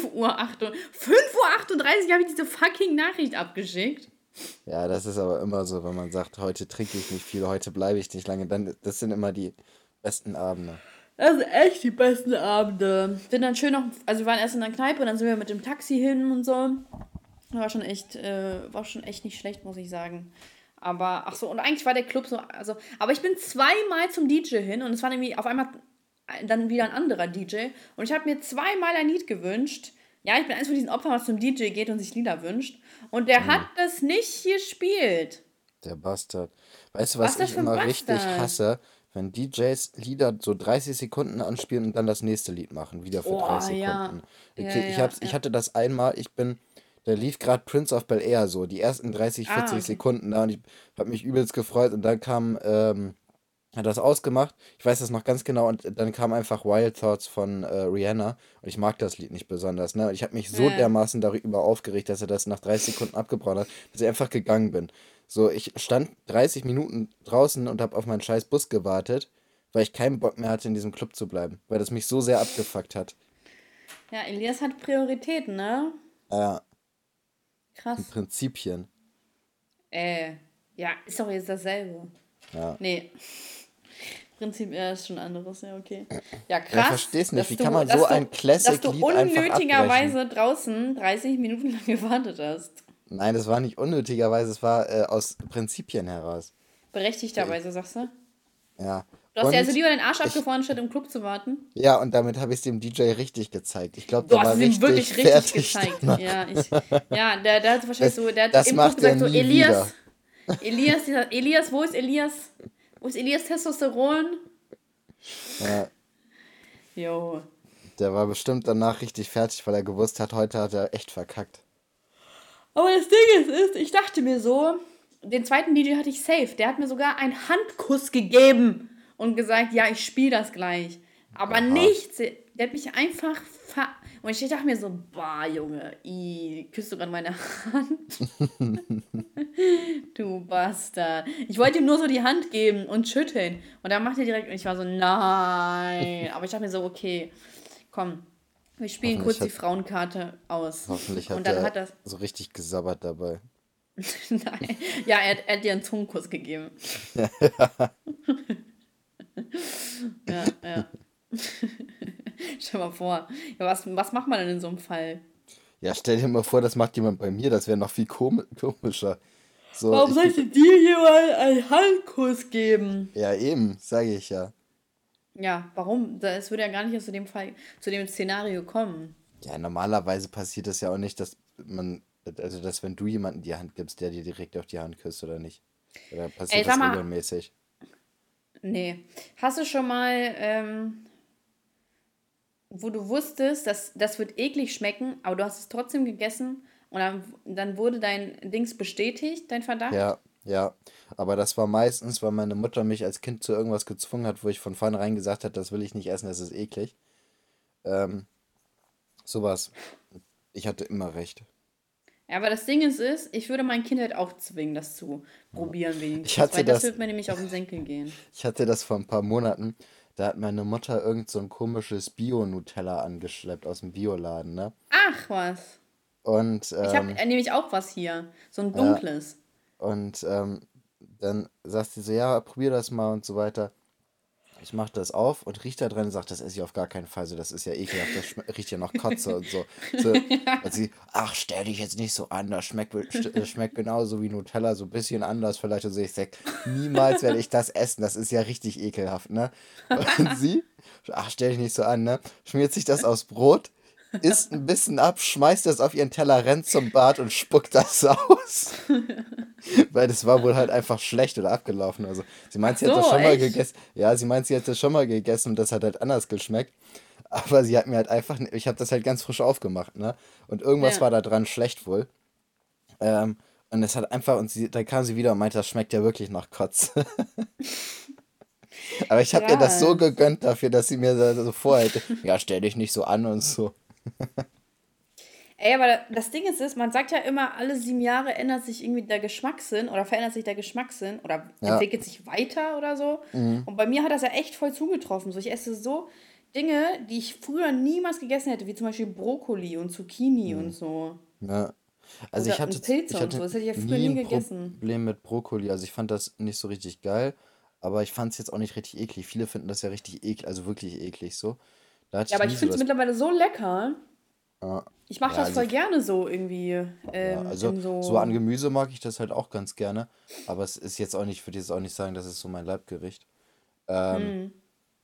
S1: 5:38 Uhr habe ich diese fucking Nachricht abgeschickt.
S2: Ja, das ist aber immer so, wenn man sagt, heute trinke ich nicht viel, heute bleibe ich nicht lange, dann, das sind immer die besten Abende.
S1: Das sind echt die besten Abende. Bin dann schön noch, also wir waren erst in der Kneipe und dann sind wir mit dem Taxi hin und so. War schon echt nicht schlecht, muss ich sagen. Aber, ach so, und eigentlich war der Club so, also, aber ich bin zweimal zum DJ hin und es war nämlich auf einmal dann wieder ein anderer DJ und ich habe mir zweimal ein Lied gewünscht. Ja, ich bin eins von diesen Opfern, was zum DJ geht und sich Lieder wünscht. Und der hat
S2: Hm,
S1: das nicht gespielt.
S2: der Bastard. Weißt du,
S1: Was
S2: was
S1: ist das
S2: ich
S1: für ein
S2: immer richtig
S1: Bastard?
S2: hasse? Wenn DJs Lieder so 30 Sekunden anspielen und dann das nächste Lied machen, wieder für
S1: Oh,
S2: 30
S1: ja.
S2: Sekunden.
S1: Ja,
S2: Okay,
S1: ja,
S2: ich
S1: ja.
S2: hatte das einmal, da lief gerade Prince of Bel-Air so, die ersten 30,
S1: Ah,
S2: 40
S1: okay.
S2: Sekunden da und ich habe mich übelst gefreut und dann hat das ausgemacht. Ich weiß das noch ganz genau. Und dann kam einfach Wild Thoughts von Rihanna. Und ich mag das Lied nicht besonders. Ne? Und ich habe mich so
S1: Ja.
S2: dermaßen darüber aufgeregt, dass er das nach 30 Sekunden abgebrochen hat, dass ich einfach gegangen bin. So, ich stand 30 Minuten draußen und habe auf meinen scheiß Bus gewartet, weil ich keinen Bock mehr hatte, in diesem Club zu bleiben. Weil das mich so sehr abgefuckt hat.
S1: Ja, Elias hat Prioritäten, ne?
S2: Ja, und
S1: Krass.
S2: Prinzipien.
S1: Äh, ja, ist doch jetzt dasselbe.
S2: Ja.
S1: Nee, Prinzip, ja, ist schon anderes, ja, okay. Ja,
S2: Ja, ich
S1: krass,
S2: verstehe es nicht.
S1: dass
S2: Wie kann
S1: du,
S2: man so
S1: dass du,
S2: ein
S1: dass du
S2: Classic-Lied einfach abbrechen?
S1: unnötigerweise draußen 30 Minuten lang gewartet hast.
S2: Nein, das war nicht unnötigerweise, es war aus Prinzipien heraus. Ich,
S1: Berechtigterweise, sagst du?
S2: ja.
S1: Du hast dir also
S2: Und
S1: lieber den Arsch
S2: ich,
S1: abgefroren, statt im Club zu warten?
S2: ja, und damit habe ich es dem DJ richtig gezeigt. Ich glaube,
S1: Du
S2: der
S1: hast
S2: war
S1: es ihm
S2: richtig
S1: wirklich richtig
S2: fertig
S1: gezeigt.
S2: danach.
S1: Ja, der hat wahrscheinlich
S2: Das,
S1: so, der hat
S2: das
S1: im Club
S2: macht er
S1: gesagt so,
S2: nie wieder.
S1: Elias, wo ist Elias? Wo ist Elias Testosteron?
S2: Ja,
S1: Jo.
S2: der war bestimmt danach richtig fertig, weil er gewusst hat, heute hat er echt verkackt.
S1: Aber das Ding ist, ich dachte mir so, den zweiten DJ hatte ich safe. Der hat mir sogar einen Handkuss gegeben und gesagt, ja, ich spiele das gleich. Aber
S2: Oha.
S1: nichts. Der hat mich einfach Und ich dachte mir so, boah, Junge, küsst du gerade meine Hand? Du Bastard. Ich wollte ihm nur so die Hand geben und schütteln. Und dann macht er direkt, und ich war so, nein. Aber ich dachte mir so, okay, komm, wir spielen
S2: Hoffentlich
S1: kurz die
S2: hat,
S1: Frauenkarte aus.
S2: hoffentlich
S1: Und
S2: hat
S1: dann
S2: er
S1: hat das.
S2: so richtig gesabbert dabei.
S1: Nein. Ja, er hat dir einen Zungenkuss gegeben. Ja, ja. Stell mal vor. Ja, was macht man denn in so einem Fall?
S2: Ja, stell dir mal vor, das macht jemand bei mir, das wäre noch viel komischer. So,
S1: Warum
S2: ich gebe,
S1: sollte dir jemand einen Handkuss geben?
S2: ja eben, sage ich ja.
S1: Ja, warum? Es würde ja gar nicht zu dem Fall, zu dem Szenario kommen.
S2: Ja, normalerweise passiert es ja auch nicht, dass also dass wenn du jemanden die Hand gibst, der dir direkt auf die Hand küsst oder nicht. Oder
S1: Ey,
S2: passiert
S1: sag
S2: das
S1: mal,
S2: regelmäßig?
S1: nee. Hast du schon mal, wo du wusstest, dass das wird eklig schmecken, aber du hast es trotzdem gegessen und dann wurde dein Dings bestätigt, dein Verdacht?
S2: Ja, Ja, aber das war meistens, weil meine Mutter mich als Kind zu irgendwas gezwungen hat, wo ich von vornherein gesagt habe, das will ich nicht essen, das ist eklig. Ähm, sowas. Ich hatte immer recht.
S1: Ja, aber das Ding ist, ich würde mein Kind halt auch zwingen, das zu
S2: Ja.
S1: probieren
S2: Ich
S1: wenigstens,
S2: hatte
S1: weil das
S2: das,
S1: wird mir nämlich auf den Senkel gehen.
S2: ich hatte das vor ein paar Monaten. Da hat meine Mutter irgend so ein komisches Bio-Nutella angeschleppt aus dem Bioladen, ne?
S1: Ach was.
S2: Und
S1: Ich habe nämlich auch was hier. So ein
S2: ja,
S1: dunkles.
S2: und dann sagt sie so, ja, probier das mal und so weiter. Ich mache das auf und rieche da dran und sage, das esse ich auf gar keinen Fall. So, das ist ja ekelhaft, riecht ja nach Kotze und so. So, und sie, ach, stell dich jetzt nicht so an, das schmeckt genauso wie Nutella, so ein bisschen anders vielleicht. Und so, ich sag, niemals werde ich das essen, das ist ja richtig ekelhaft, ne? Und sie, ach, stell dich nicht so an, ne? Schmiert sich das aufs Brot, isst ein bisschen ab, schmeißt das auf ihren Teller, rennt zum Bad und spuckt das aus. Weil das war wohl halt einfach schlecht oder abgelaufen. Also, sie
S1: Ach
S2: meint, sie hat das
S1: so,
S2: schon mal
S1: echt?
S2: gegessen. Ja, sie meint, sie hat das schon mal gegessen und das hat halt anders geschmeckt. Aber sie hat mir halt einfach, ich habe das halt ganz frisch aufgemacht, ne? Und irgendwas
S1: Ja.
S2: war da dran schlecht wohl. Ähm, und es hat einfach, dann kam sie wieder und meinte, das schmeckt ja wirklich nach Kotze. Aber ich habe ihr das so
S1: Krass.
S2: gegönnt dafür, dass sie mir da so vorhält. Ja, stell dich nicht so an und so.
S1: Ey, aber das Ding ist, man sagt ja immer, alle 7 Jahre ändert sich irgendwie der Geschmackssinn oder verändert sich der Geschmackssinn oder
S2: Ja,
S1: entwickelt sich weiter oder so.
S2: mhm,
S1: Und bei mir hat das ja echt voll zugetroffen. So, ich esse so Dinge, die ich früher niemals gegessen hätte, wie zum Beispiel Brokkoli und Zucchini und
S2: mhm,
S1: so.
S2: ja. Also
S1: Oder und
S2: ich
S1: Pilze und so.
S2: hatte
S1: Das hätte ich ja früher
S2: nie
S1: nie
S2: ein
S1: gegessen.
S2: Problem mit Brokkoli. Also ich fand das nicht so richtig geil, aber ich fand es jetzt auch nicht richtig eklig. Viele finden das ja richtig eklig, also wirklich eklig so. Da hatte
S1: Ja,
S2: ich
S1: aber
S2: nie
S1: ich
S2: so
S1: finde es
S2: das.
S1: mittlerweile so lecker.
S2: Äh,
S1: Ich mache
S2: ja,
S1: das
S2: also
S1: voll gerne so irgendwie
S2: ja, also
S1: in
S2: so an
S1: so.
S2: Gemüse mag ich das halt auch ganz gerne, aber es ist jetzt auch nicht, ich würde jetzt auch nicht sagen, das ist so mein Leibgericht. Ähm,
S1: Hm,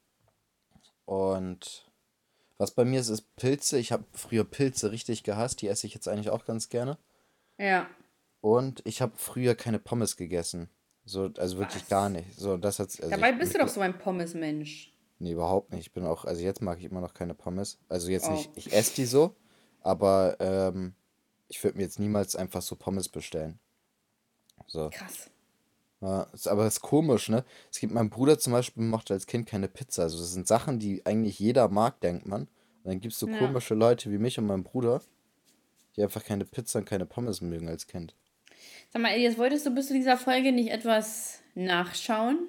S2: und was bei mir ist, ist Pilze. Ich habe früher Pilze richtig gehasst, die esse ich jetzt eigentlich auch ganz gerne.
S1: ja.
S2: Und ich habe früher keine Pommes gegessen. So, also wirklich gar
S1: Was?
S2: nicht. So, das hat, also
S1: Dabei
S2: ich,
S1: bist du doch so ein Pommes-Mensch.
S2: nee, überhaupt nicht. Ich bin auch, also jetzt mag ich immer noch keine Pommes. Also jetzt
S1: Oh,
S2: nicht, ich esse die so, aber ich würde mir jetzt niemals einfach so Pommes bestellen. So.
S1: krass.
S2: Ja, aber es ist komisch, ne? Es gibt, mein Bruder zum Beispiel mochte als Kind keine Pizza. Also das sind Sachen, die eigentlich jeder mag, denkt man. Und dann gibt es so
S1: Ja.
S2: komische Leute wie mich und meinen Bruder, die einfach keine Pizza und keine Pommes mögen als Kind.
S1: Sag mal, Elias, wolltest du bis zu dieser Folge nicht etwas nachschauen?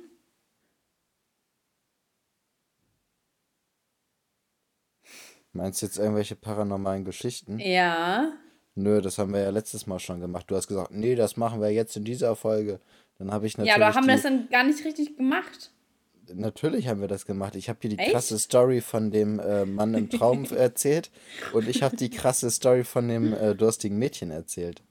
S2: Meinst du jetzt irgendwelche paranormalen Geschichten?
S1: Ja.
S2: Nö, das haben wir ja letztes Mal schon gemacht. Du hast gesagt, nee, das machen wir jetzt in dieser Folge. Dann habe ich
S1: Ja, aber
S2: natürlich
S1: haben wir das
S2: die,
S1: dann gar nicht richtig gemacht?
S2: natürlich haben wir das gemacht. Ich habe hier die krasse
S1: Echt?
S2: Story von dem Mann im Traum erzählt und ich habe die krasse Story von dem durstigen Mädchen erzählt.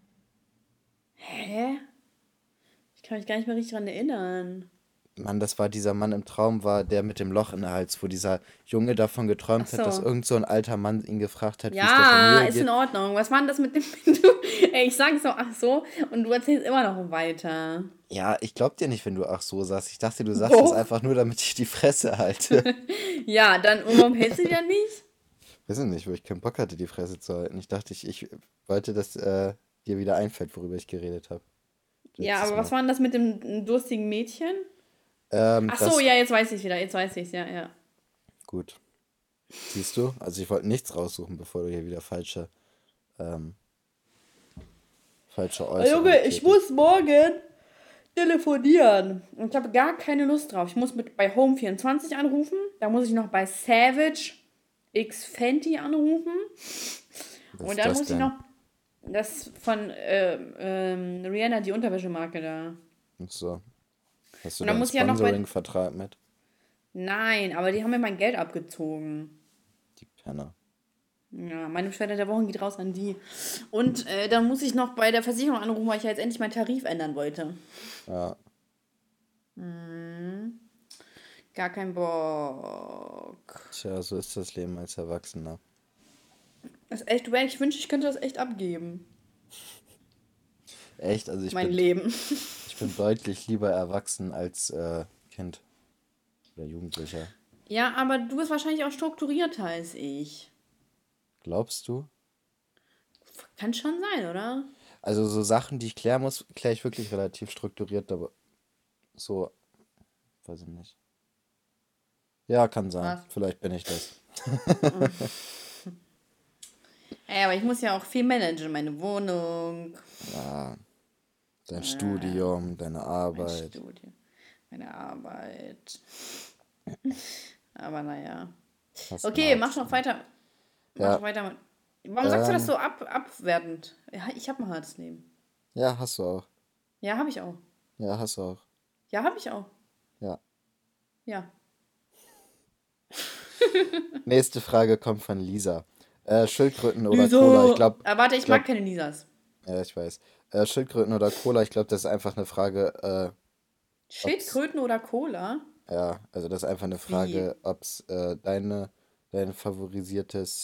S1: Hä? Ich kann mich gar nicht mehr richtig dran erinnern.
S2: Mann, das war dieser Mann im Traum, war der mit dem Loch in der Hals, wo dieser Junge davon
S1: Ach
S2: geträumt hat, dass
S1: so.
S2: irgend so ein alter Mann ihn gefragt hat, wie es der
S1: Ja,
S2: Familie
S1: ist in
S2: geht.
S1: Ordnung. Was war denn das mit dem... Du, ey, ich sage so, ach so, und du erzählst immer noch weiter.
S2: Ja, ich glaub dir nicht, wenn du ach so sagst. Ich dachte, du sagst das
S1: Doch.
S2: einfach nur, damit ich die Fresse halte.
S1: Ja, dann, und warum hältst du die dann nicht?
S2: Weiß ich nicht, weil ich keinen Bock hatte, die Fresse zu halten. Ich dachte, ich wollte, dass dir wieder einfällt, worüber ich geredet habe.
S1: Ja,
S2: Letztes
S1: aber was
S2: Mal.
S1: war denn das mit dem durstigen Mädchen? Ach so,
S2: Das,
S1: ja, jetzt weiß ich wieder. Jetzt weiß ich's, ja, ja.
S2: gut. Siehst du? Also ich wollte nichts raussuchen, bevor du hier wieder ähm, falsche
S1: Junge,
S2: Äußerungen
S1: ich
S2: tätigst.
S1: muss morgen telefonieren. Und ich habe gar keine Lust drauf. Ich muss bei Home24 anrufen. Da muss ich noch bei Savage X Fenty anrufen.
S2: Was
S1: Und
S2: ist
S1: dann
S2: das
S1: muss ich noch
S2: denn?
S1: das von Rihanna, die Unterwäschemarke da.
S2: Und so. Hast du
S1: Und
S2: da
S1: dann
S2: einen
S1: muss ich ja noch bei.
S2: Sponsoring-Vertrag mit?
S1: Nein, aber die haben mir mein Geld abgezogen.
S2: Die Penner.
S1: Ja, meine Beschwerde der Woche geht raus an die. Und dann muss ich noch bei der Versicherung anrufen, weil ich ja jetzt endlich meinen Tarif ändern wollte.
S2: Ja,
S1: Gar kein Bock.
S2: tja, so ist das Leben als Erwachsener.
S1: Das ist echt wack. Ich wünschte, ich könnte das echt abgeben.
S2: Echt, also
S1: Mein Leben.
S2: ich bin deutlich lieber erwachsen als Kind oder Jugendlicher.
S1: Ja, aber du bist wahrscheinlich auch strukturierter als ich.
S2: Glaubst du?
S1: Kann schon sein, oder?
S2: Also so Sachen, die ich klären muss, kläre ich wirklich relativ strukturiert, aber so, weiß ich nicht. Ja, kann sein.
S1: Was?
S2: Vielleicht bin ich das.
S1: Ja, aber ich muss ja auch viel managen, meine Wohnung,
S2: Ja, dein
S1: äh,
S2: Studium, deine
S1: mein
S2: Arbeit.
S1: Studium, meine Arbeit. Aber naja.
S2: Hast ein
S1: Okay,
S2: hartes
S1: mach noch
S2: Leben.
S1: weiter. Mach
S2: Ja,
S1: doch weiter. Warum sagst du das
S2: ähm,
S1: so abwertend? Ja, ich habe ein hartes Leben.
S2: ja, hast du auch.
S1: Ja, habe ich auch.
S2: Ja, hast du auch.
S1: Ja, habe ich auch.
S2: Ja.
S1: Ja.
S2: Nächste Frage kommt von Lisa. Schildkröten oder Cola?
S1: Wieso? Warte,
S2: Ich
S1: ich mag
S2: glaube,
S1: keine Nisas.
S2: ja, ich weiß. Schildkröten oder Cola? Ich glaube, das ist einfach eine Frage, ob's,
S1: Schildkröten oder Cola?
S2: ja, also das ist einfach eine
S1: Wie?
S2: Frage, ob's dein favorisiertes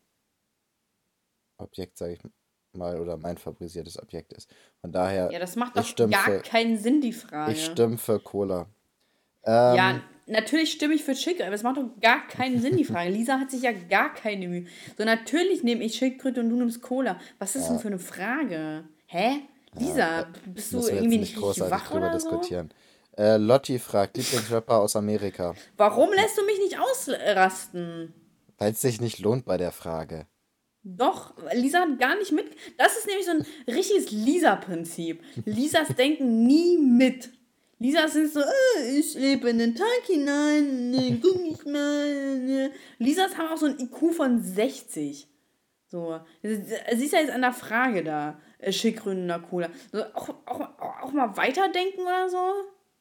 S2: Objekt, sage ich mal, oder mein favorisiertes Objekt ist. Von daher,
S1: Ja, das macht
S2: ich
S1: doch
S2: stimme
S1: gar
S2: für,
S1: keinen Sinn, die
S2: ich
S1: Frage.
S2: stimme für Cola.
S1: Ja,
S2: Ähm,
S1: natürlich stimme ich für Chick, aber es macht doch gar keinen Sinn, die Frage. Lisa hat sich ja gar keine Mühe. So, natürlich nehme ich Schildkröte und du nimmst Cola. Was ist das denn
S2: ja,
S1: für eine Frage? Hä? Lisa, bist du
S2: müssen wir jetzt
S1: irgendwie
S2: nicht
S1: nicht richtig
S2: großartig
S1: wach
S2: drüber
S1: oder so?
S2: diskutieren. Lotti fragt, Lieblingsrapper aus Amerika.
S1: Warum lässt du mich nicht ausrasten?
S2: Weil es sich nicht lohnt bei der Frage.
S1: Doch, Lisa hat gar nicht mit. Das ist nämlich so ein richtiges Lisa-Prinzip. Lisas denken nie mit. Lisas sind so, ich lebe in den Tag hinein, guck ich mal. Lisas haben auch so ein IQ von 60. So, sie ist ja jetzt an der Frage da, Schildkröten oder Cola. So, auch mal weiterdenken oder so?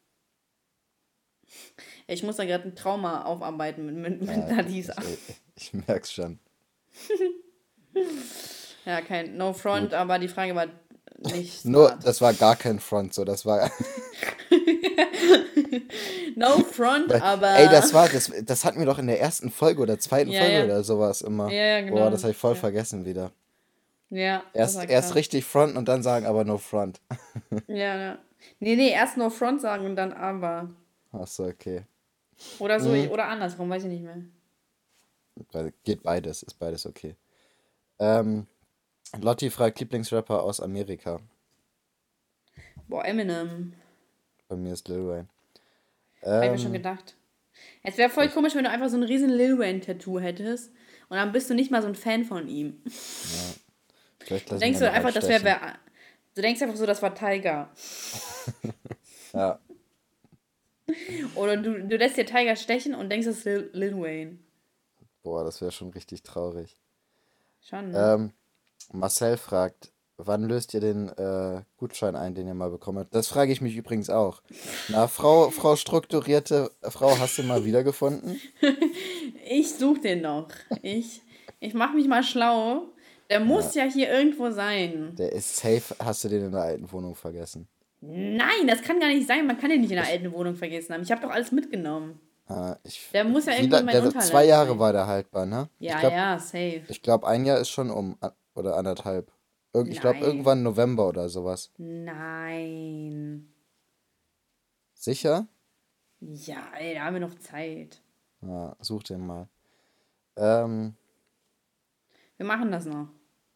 S1: Ich muss da gerade ein Trauma aufarbeiten mit
S2: Ja,
S1: Nadisa.
S2: ich merk's schon.
S1: Ja, kein No Front,
S2: Gut.
S1: aber die Frage war nicht
S2: Nur,
S1: smart.
S2: das war gar kein Front, so, das war.
S1: No Front,
S2: Weil, ey,
S1: aber.
S2: das hatten wir doch in der ersten Folge oder zweiten
S1: Ja,
S2: Folge
S1: ja.
S2: oder sowas immer.
S1: Ja, ja,
S2: Boah,
S1: genau.
S2: das habe ich voll
S1: Ja,
S2: vergessen wieder.
S1: ja, das war
S2: Erst
S1: krass.
S2: richtig fronten und dann sagen aber no front.
S1: Ja, ja. Nee, erst No Front sagen und dann aber.
S2: Achso, okay.
S1: Oder so,
S2: Hm,
S1: oder andersrum, weiß ich nicht mehr.
S2: geht beides, ist beides okay. Ähm, Lotti fragt Lieblingsrapper aus Amerika.
S1: Boah, Eminem.
S2: Bei mir ist Lil Wayne.
S1: Habe ich mir schon
S2: Ähm,
S1: gedacht. Es wäre voll
S2: ich,
S1: komisch, wenn du einfach so ein riesen Lil Wayne-Tattoo hättest und dann bist du nicht mal so ein Fan von ihm.
S2: ja, vielleicht
S1: Du
S2: lasse ich
S1: denkst
S2: mir
S1: so
S2: noch
S1: einfach,
S2: eins stechen.
S1: du denkst einfach so, das war Tiger.
S2: Ja,
S1: Oder du lässt dir Tiger stechen und denkst, das ist Lil Wayne.
S2: boah, das wäre schon richtig traurig.
S1: Schon, ne?
S2: Ähm, Marcel fragt, wann löst ihr den Gutschein ein, den ihr mal bekommen habt? Das frage ich mich übrigens auch. Na, Frau strukturierte Frau, hast du ihn mal wiedergefunden?
S1: Ich such den noch. Ich mach mich mal schlau. Der
S2: Ja,
S1: muss ja hier irgendwo sein.
S2: der ist safe, hast du den in der alten Wohnung vergessen.
S1: Nein, das kann gar nicht sein. Man kann den nicht in der
S2: Ich,
S1: alten Wohnung vergessen haben. Ich habe doch alles mitgenommen.
S2: ich,
S1: Der muss ja
S2: wie,
S1: irgendwo in meinen
S2: der zwei
S1: Unterlagen
S2: Jahre
S1: sein.
S2: war der haltbar, ne?
S1: Ja, ja, safe.
S2: Ich glaube, ein Jahr ist schon oder anderthalb. Ich glaube,
S1: Nein.
S2: irgendwann November oder sowas.
S1: Nein.
S2: Sicher?
S1: Ja, ey, da haben wir noch Zeit.
S2: Ja, such den mal. Ähm,
S1: Wir machen das noch.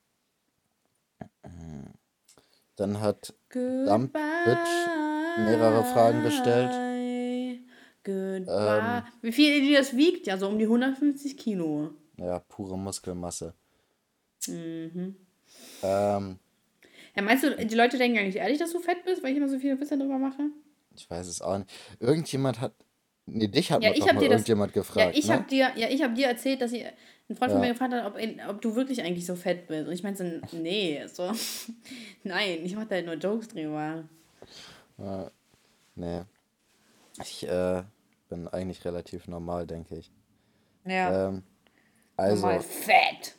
S2: dann hat Dump Bitch mehrere Fragen gestellt.
S1: Goodbye. Goodbye.
S2: Ähm,
S1: Wie viel die das wiegt? Ja, so um die 150 Kilo.
S2: ja, pure Muskelmasse.
S1: Mhm.
S2: Ähm,
S1: Ja, meinst du, die Leute denken eigentlich ehrlich, dass du fett bist, weil ich immer so viele Witze drüber mache?
S2: ich weiß es auch nicht. Irgendjemand hat. Nee, dich hat
S1: Ja, ich
S2: doch
S1: habe
S2: mal
S1: dir das.
S2: irgendjemand gefragt, ne?
S1: Ich habe dir erzählt, dass ein Freund von mir
S2: Ja,
S1: gefragt hat, ob du wirklich eigentlich so fett bist. Und ich meinte so, nee, so, nein, ich mache da halt nur Jokes drüber.
S2: nee. Ich bin eigentlich relativ normal, denke ich.
S1: Ja,
S2: Ähm,
S1: normal
S2: also,
S1: fett.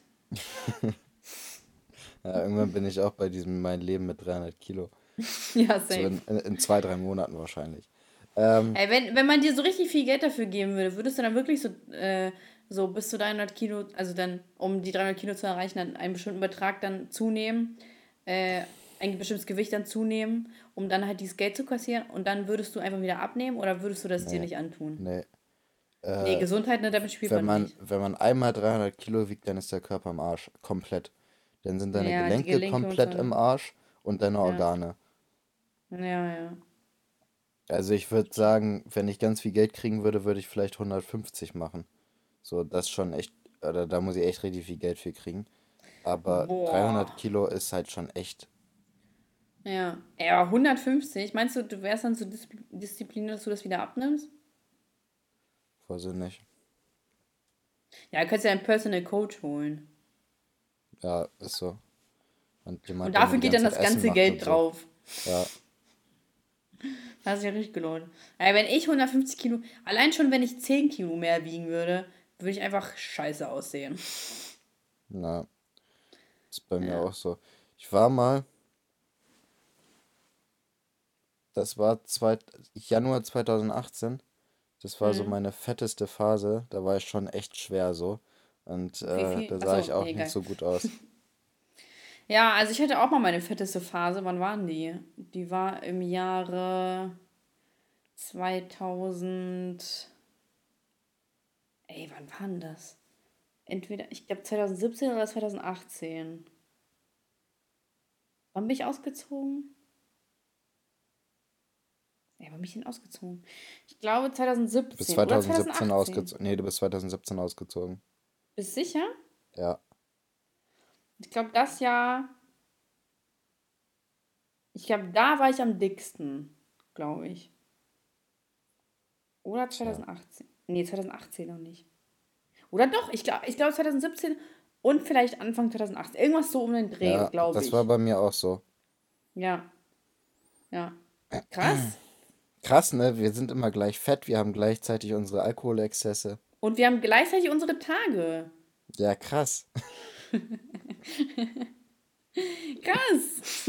S2: ja, irgendwann bin ich auch bei diesem mein Leben mit 300 Kilo.
S1: Ja,
S2: So
S1: safe.
S2: in 2, 3 Monaten wahrscheinlich. Ähm,
S1: Ey, wenn man dir so richtig viel Geld dafür geben würde, würdest du dann wirklich so bis zu 300 Kilo, also dann, um die 300 Kilo zu erreichen, dann einen bestimmten Betrag dann zunehmen, äh, ein bestimmtes Gewicht dann zunehmen, um dann halt dieses Geld zu kassieren und dann würdest du einfach wieder abnehmen oder würdest du das dir
S2: nee,
S1: nicht antun?
S2: nee.
S1: Nee,
S2: Äh,
S1: Gesundheit, ne, damit spielt man nicht.
S2: wenn man einmal 300 Kilo wiegt, dann ist der Körper im Arsch. Komplett. Dann sind deine
S1: Ja, die
S2: Gelenke
S1: Gelenke und so,
S2: komplett im
S1: ne?
S2: Arsch. und deine
S1: Ja.
S2: Organe.
S1: Ja, ja.
S2: Also ich würde sagen, wenn ich ganz viel Geld kriegen würde, würde ich vielleicht 150 machen. So, das schon echt, oder da muss ich echt richtig viel Geld für kriegen. Aber 300
S1: Boah.
S2: Kilo ist halt schon echt,
S1: Ja. Ey, aber 150, meinst du, du wärst dann so diszipliniert, dass du das wieder abnimmst?
S2: weiß ich nicht.
S1: Ja, du könntest ja einen Personal Coach holen.
S2: Ja, ist so. Und
S1: Und
S2: jemand, der mir
S1: dafür
S2: die
S1: geht dann
S2: ganze Zeit
S1: das
S2: Essen
S1: ganze
S2: macht und
S1: Geld
S2: so.
S1: drauf.
S2: Ja,
S1: Das hat sich ja richtig gelohnt. Aber wenn ich 150 Kilo, allein schon wenn ich 10 Kilo mehr wiegen würde, würde ich einfach scheiße aussehen.
S2: na, ist bei mir
S1: Ja.
S2: auch so. Ich war mal, das war Januar 2018. Das war so
S1: Hm.
S2: meine fetteste Phase. Da war ich schon echt schwer so. Und
S1: Wie viel?
S2: da sah
S1: Achso,
S2: ich
S1: nee,
S2: auch nicht
S1: egal.
S2: so gut aus.
S1: Ja, also ich hatte auch mal meine fetteste Phase. Wann waren die? Die war im Jahre 2000. Ey, wann war denn das? Entweder, ich glaube 2017 oder 2018. Wann bin ich ausgezogen? Ey, wann bin ich denn ausgezogen? Ich glaube
S2: Du bist
S1: 2017 oder
S2: 2017
S1: 2018.
S2: ausgezogen. Nee, du bist 2017 ausgezogen.
S1: Bist sicher?
S2: Ja.
S1: Ich glaube, das Jahr, ich glaube, da war ich am dicksten, glaube ich. Oder
S2: Tja.
S1: 2018. Nee, 2018 noch nicht. Oder doch, ich glaube 2017 und vielleicht Anfang 2018. Irgendwas so um den Dreh,
S2: Ja,
S1: glaube
S2: das war
S1: ich.
S2: bei mir auch so.
S1: Ja, ja. Krass.
S2: Krass, ne? Wir sind immer gleich fett, wir haben gleichzeitig unsere Alkoholexzesse.
S1: Und wir haben gleichzeitig unsere Tage.
S2: Ja, krass.
S1: Krass.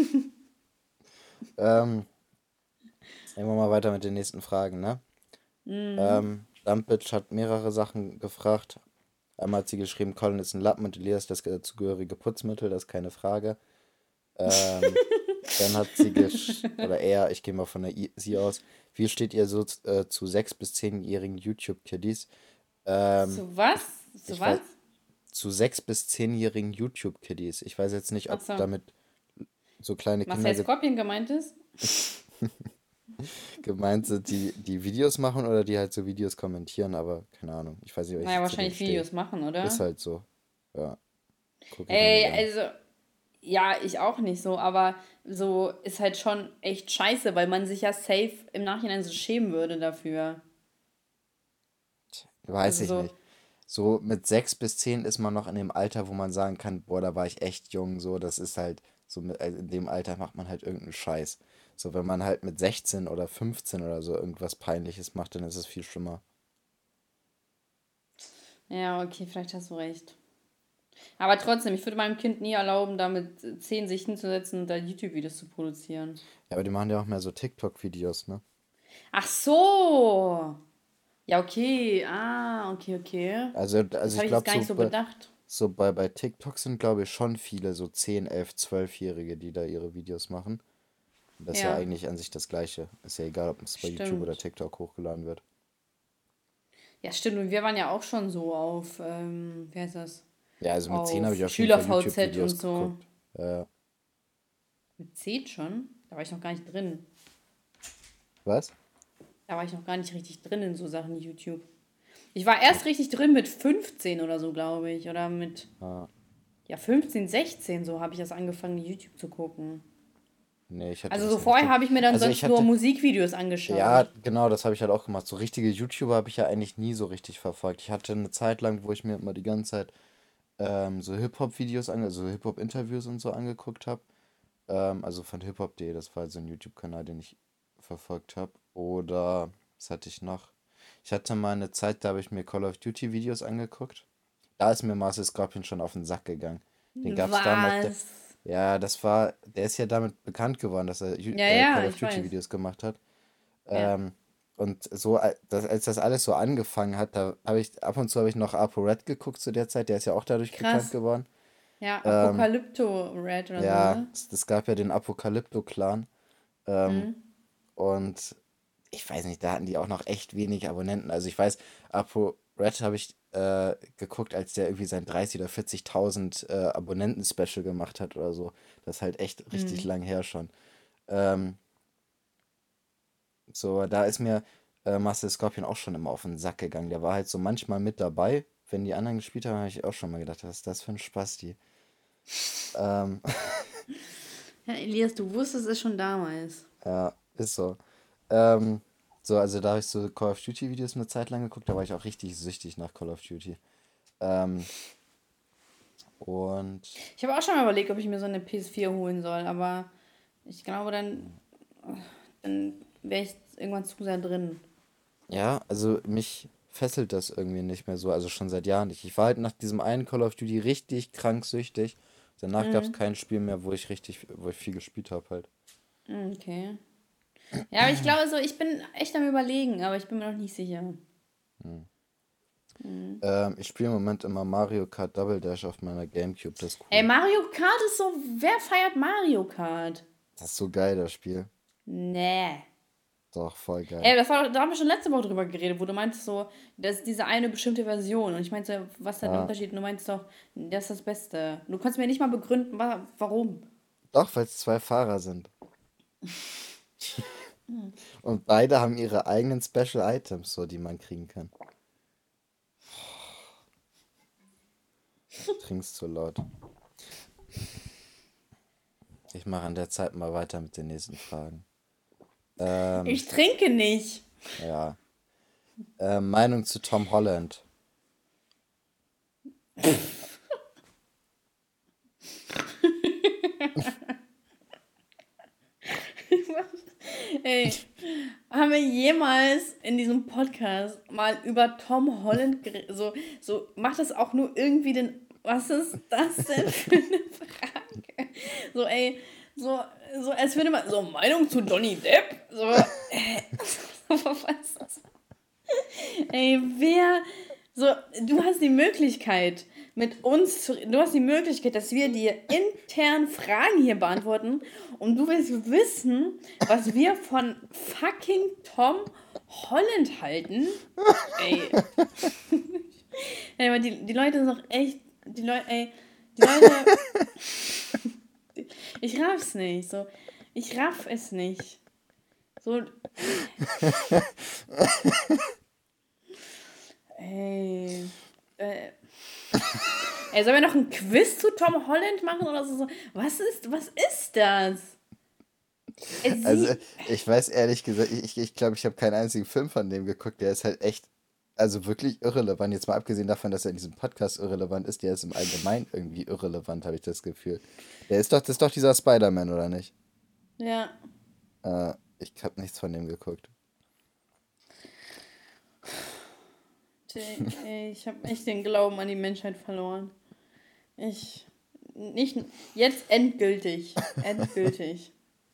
S2: Ähm, Gehen wir mal weiter mit den nächsten Fragen, ne? Dumpitch hat mehrere Sachen gefragt. Einmal hat sie geschrieben, Colin ist ein Lappen und Elias das dazugehörige Putzmittel, das ist keine Frage. Ähm, Dann hat sie oder er, ich gehe mal von sie aus, wie steht ihr so zu 6- bis 10-jährigen YouTube-Kiddies? Ähm,
S1: Zu was?
S2: ich,
S1: Zu
S2: ich
S1: was?
S2: weiß, zu 6- bis 10-jährigen YouTube-Kiddies. Ich weiß jetzt nicht, ob
S1: Achso.
S2: damit so kleine Kinder
S1: Marcel Scorpion gemeint ist?
S2: gemeint sind, die Videos machen oder die halt so Videos kommentieren, aber keine Ahnung. Ich weiß nicht, ob
S1: Naja,
S2: ich zu denen
S1: wahrscheinlich
S2: stehe.
S1: Videos machen,
S2: Ist
S1: oder?
S2: halt so. Ja, gucke ich mir
S1: Ey,
S2: nicht an.
S1: also, ja, ich auch nicht so, aber so ist halt schon echt scheiße, weil man sich ja safe im Nachhinein so schämen würde dafür.
S2: Weiß
S1: Also
S2: ich
S1: so,
S2: nicht. So mit 6 bis 10 ist man noch in dem Alter, wo man sagen kann, boah, da war ich echt jung, so, das ist halt, so in dem Alter macht man halt irgendeinen Scheiß. So, wenn man halt mit 16 oder 15 oder so irgendwas Peinliches macht, dann ist es viel schlimmer.
S1: ja, okay, vielleicht hast du recht. Aber trotzdem, ich würde meinem Kind nie erlauben, da mit 10 sich hinzusetzen und da YouTube-Videos zu produzieren.
S2: Ja, aber die machen ja auch mehr so TikTok-Videos, ne?
S1: Ach so! Ja, okay. Ah, okay, okay.
S2: Also
S1: Das
S2: ich
S1: habe ich jetzt
S2: glaube,
S1: gar nicht so bedacht.
S2: bei TikTok sind, glaube ich, schon viele so 10, 11, 12-Jährige, die da ihre Videos machen. Und das ist ja
S1: Ja,
S2: eigentlich an sich das Gleiche. Ist ja egal, ob es bei YouTube oder
S1: stimmt.
S2: TikTok hochgeladen wird.
S1: Ja, stimmt. Und wir waren ja auch schon so auf, wie heißt das?
S2: Ja, also mit 10 habe
S1: Auf
S2: ich auf jeden Fall
S1: Schüler-VZ und
S2: YouTube-Videos
S1: so.
S2: geguckt. Äh,
S1: Mit 10 schon? Da war ich noch gar nicht drin.
S2: was?
S1: Da war ich noch gar nicht richtig drin in so Sachen YouTube. Ich war erst richtig drin mit 15 oder so, glaube ich. Oder mit,
S2: Ah,
S1: ja, 15, 16 so habe ich das angefangen, YouTube zu gucken.
S2: nee, ich hatte
S1: Also so
S2: das nicht.
S1: vorher habe ich mir dann
S2: Also ich
S1: sonst nur
S2: hatte,
S1: Musikvideos
S2: ja,
S1: angeschaut.
S2: genau, das habe ich halt auch gemacht. So richtige YouTuber habe ich ja eigentlich nie so richtig verfolgt. Ich hatte eine Zeit lang, wo ich mir immer die ganze Zeit so Hip-Hop-Videos, also Hip-Hop-Interviews und so angeguckt habe. Also von hiphop.de, das war halt so ein YouTube-Kanal, den ich verfolgt habe. Oder, was hatte ich noch? Ich hatte mal eine Zeit, da habe ich mir Call of Duty-Videos angeguckt. Da ist mir Marcel Scorpion schon auf den Sack gegangen. Den gab es damals,
S1: Was?
S2: ja, der ist ja damit bekannt geworden, dass er
S1: Ja, ja,
S2: Call of
S1: ich weiß.
S2: Duty-Videos gemacht hat.
S1: Ja,
S2: Ähm, und so, als das alles so angefangen hat, da habe ich, ab und zu habe ich noch ApoRed geguckt zu der Zeit, der ist ja auch dadurch bekannt
S1: krass.
S2: geworden.
S1: Ja,
S2: Ähm,
S1: Apokalypto Red oder so,
S2: ja,
S1: ne?
S2: es gab ja den Apokalypto-Clan. Ähm, und ich weiß nicht, da hatten die auch noch echt wenig Abonnenten. Also ich weiß, Red habe ich geguckt, als der irgendwie sein 30 oder 40.000 Abonnenten-Special gemacht hat oder so. Das ist halt echt richtig
S1: Hm.
S2: lang her schon. Ähm, so, da ist mir Master Scorpion auch schon immer auf den Sack gegangen. Der war halt so manchmal mit dabei. Wenn die anderen gespielt haben, habe ich auch schon mal gedacht, was ist das für ein Spasti? Ähm,
S1: Ja, Elias, du wusstest es schon damals.
S2: ja, ist so. Ähm, so, also da habe ich so Call of Duty Videos eine Zeit lang geguckt, da war ich auch richtig süchtig nach Call of Duty. Ähm, und
S1: Ich habe auch schon mal überlegt, ob ich mir so eine PS4 holen soll, aber ich glaube, dann wäre ich irgendwann zu sehr drin.
S2: ja, also mich fesselt das irgendwie nicht mehr so, also schon seit Jahren nicht. Ich war halt nach diesem einen Call of Duty richtig krank süchtig. Danach gab es
S1: Mhm.
S2: kein Spiel mehr, wo ich viel gespielt habe halt.
S1: Okay. Ja, aber ich glaube so, ich bin echt am Überlegen, aber ich bin mir noch nicht sicher.
S2: Hm.
S1: Mhm.
S2: Ich spiele im Moment immer Mario Kart Double Dash auf meiner GameCube, das ist
S1: Ey,
S2: cool.
S1: Mario Kart ist so, wer feiert Mario Kart?
S2: Das ist so geil, das Spiel.
S1: Nee.
S2: Doch, voll geil.
S1: Ey, das war, da haben wir schon letzte Woche drüber geredet, wo du meintest so, das ist diese eine bestimmte Version. Und ich meinte, was ist denn der
S2: Ja.
S1: Unterschied? Und du meinst doch, das ist das Beste. Du kannst mir nicht mal begründen, warum.
S2: Doch, weil es zwei Fahrer sind. Und beide haben ihre eigenen Special Items, so die man kriegen kann. Trinkst zu laut. Ich mache an der Zeit mal weiter mit den nächsten Fragen. Ähm,
S1: Ich trinke nicht.
S2: ja. Meinung zu Tom Holland.
S1: Ey, haben wir jemals in diesem Podcast mal über Tom Holland geredet? So, macht das auch nur irgendwie den. Was ist das denn für eine Frage? So, ey, so, so als würde man. So, Meinung zu Johnny Depp? So, was? Ey, wer. So, du hast die Möglichkeit, mit uns zu. Du hast die Möglichkeit, dass wir dir intern Fragen hier beantworten. Und du willst wissen, was wir von fucking Tom Holland halten. Ey. Ey, aber die Leute sind doch echt. Die Leute, ey. Die Leute. Ich raff's nicht. So. Ich raff es nicht. So. Ey. Äh, Ey, sollen wir noch ein Quiz zu Tom Holland machen oder so? Was ist das? Ey,
S2: Also,
S1: sie.
S2: ich weiß ehrlich gesagt, ich glaube, ich habe keinen einzigen Film von dem geguckt. Der ist halt echt, also wirklich irrelevant. Jetzt mal abgesehen davon, dass er in diesem Podcast irrelevant ist, der ist im Allgemeinen irgendwie irrelevant, habe ich das Gefühl. Das ist doch dieser Spider-Man, oder nicht?
S1: Ja.
S2: Ich habe nichts von dem geguckt.
S1: Ey, ich habe echt den Glauben an die Menschheit verloren. Ich. Nicht. Jetzt endgültig. Endgültig.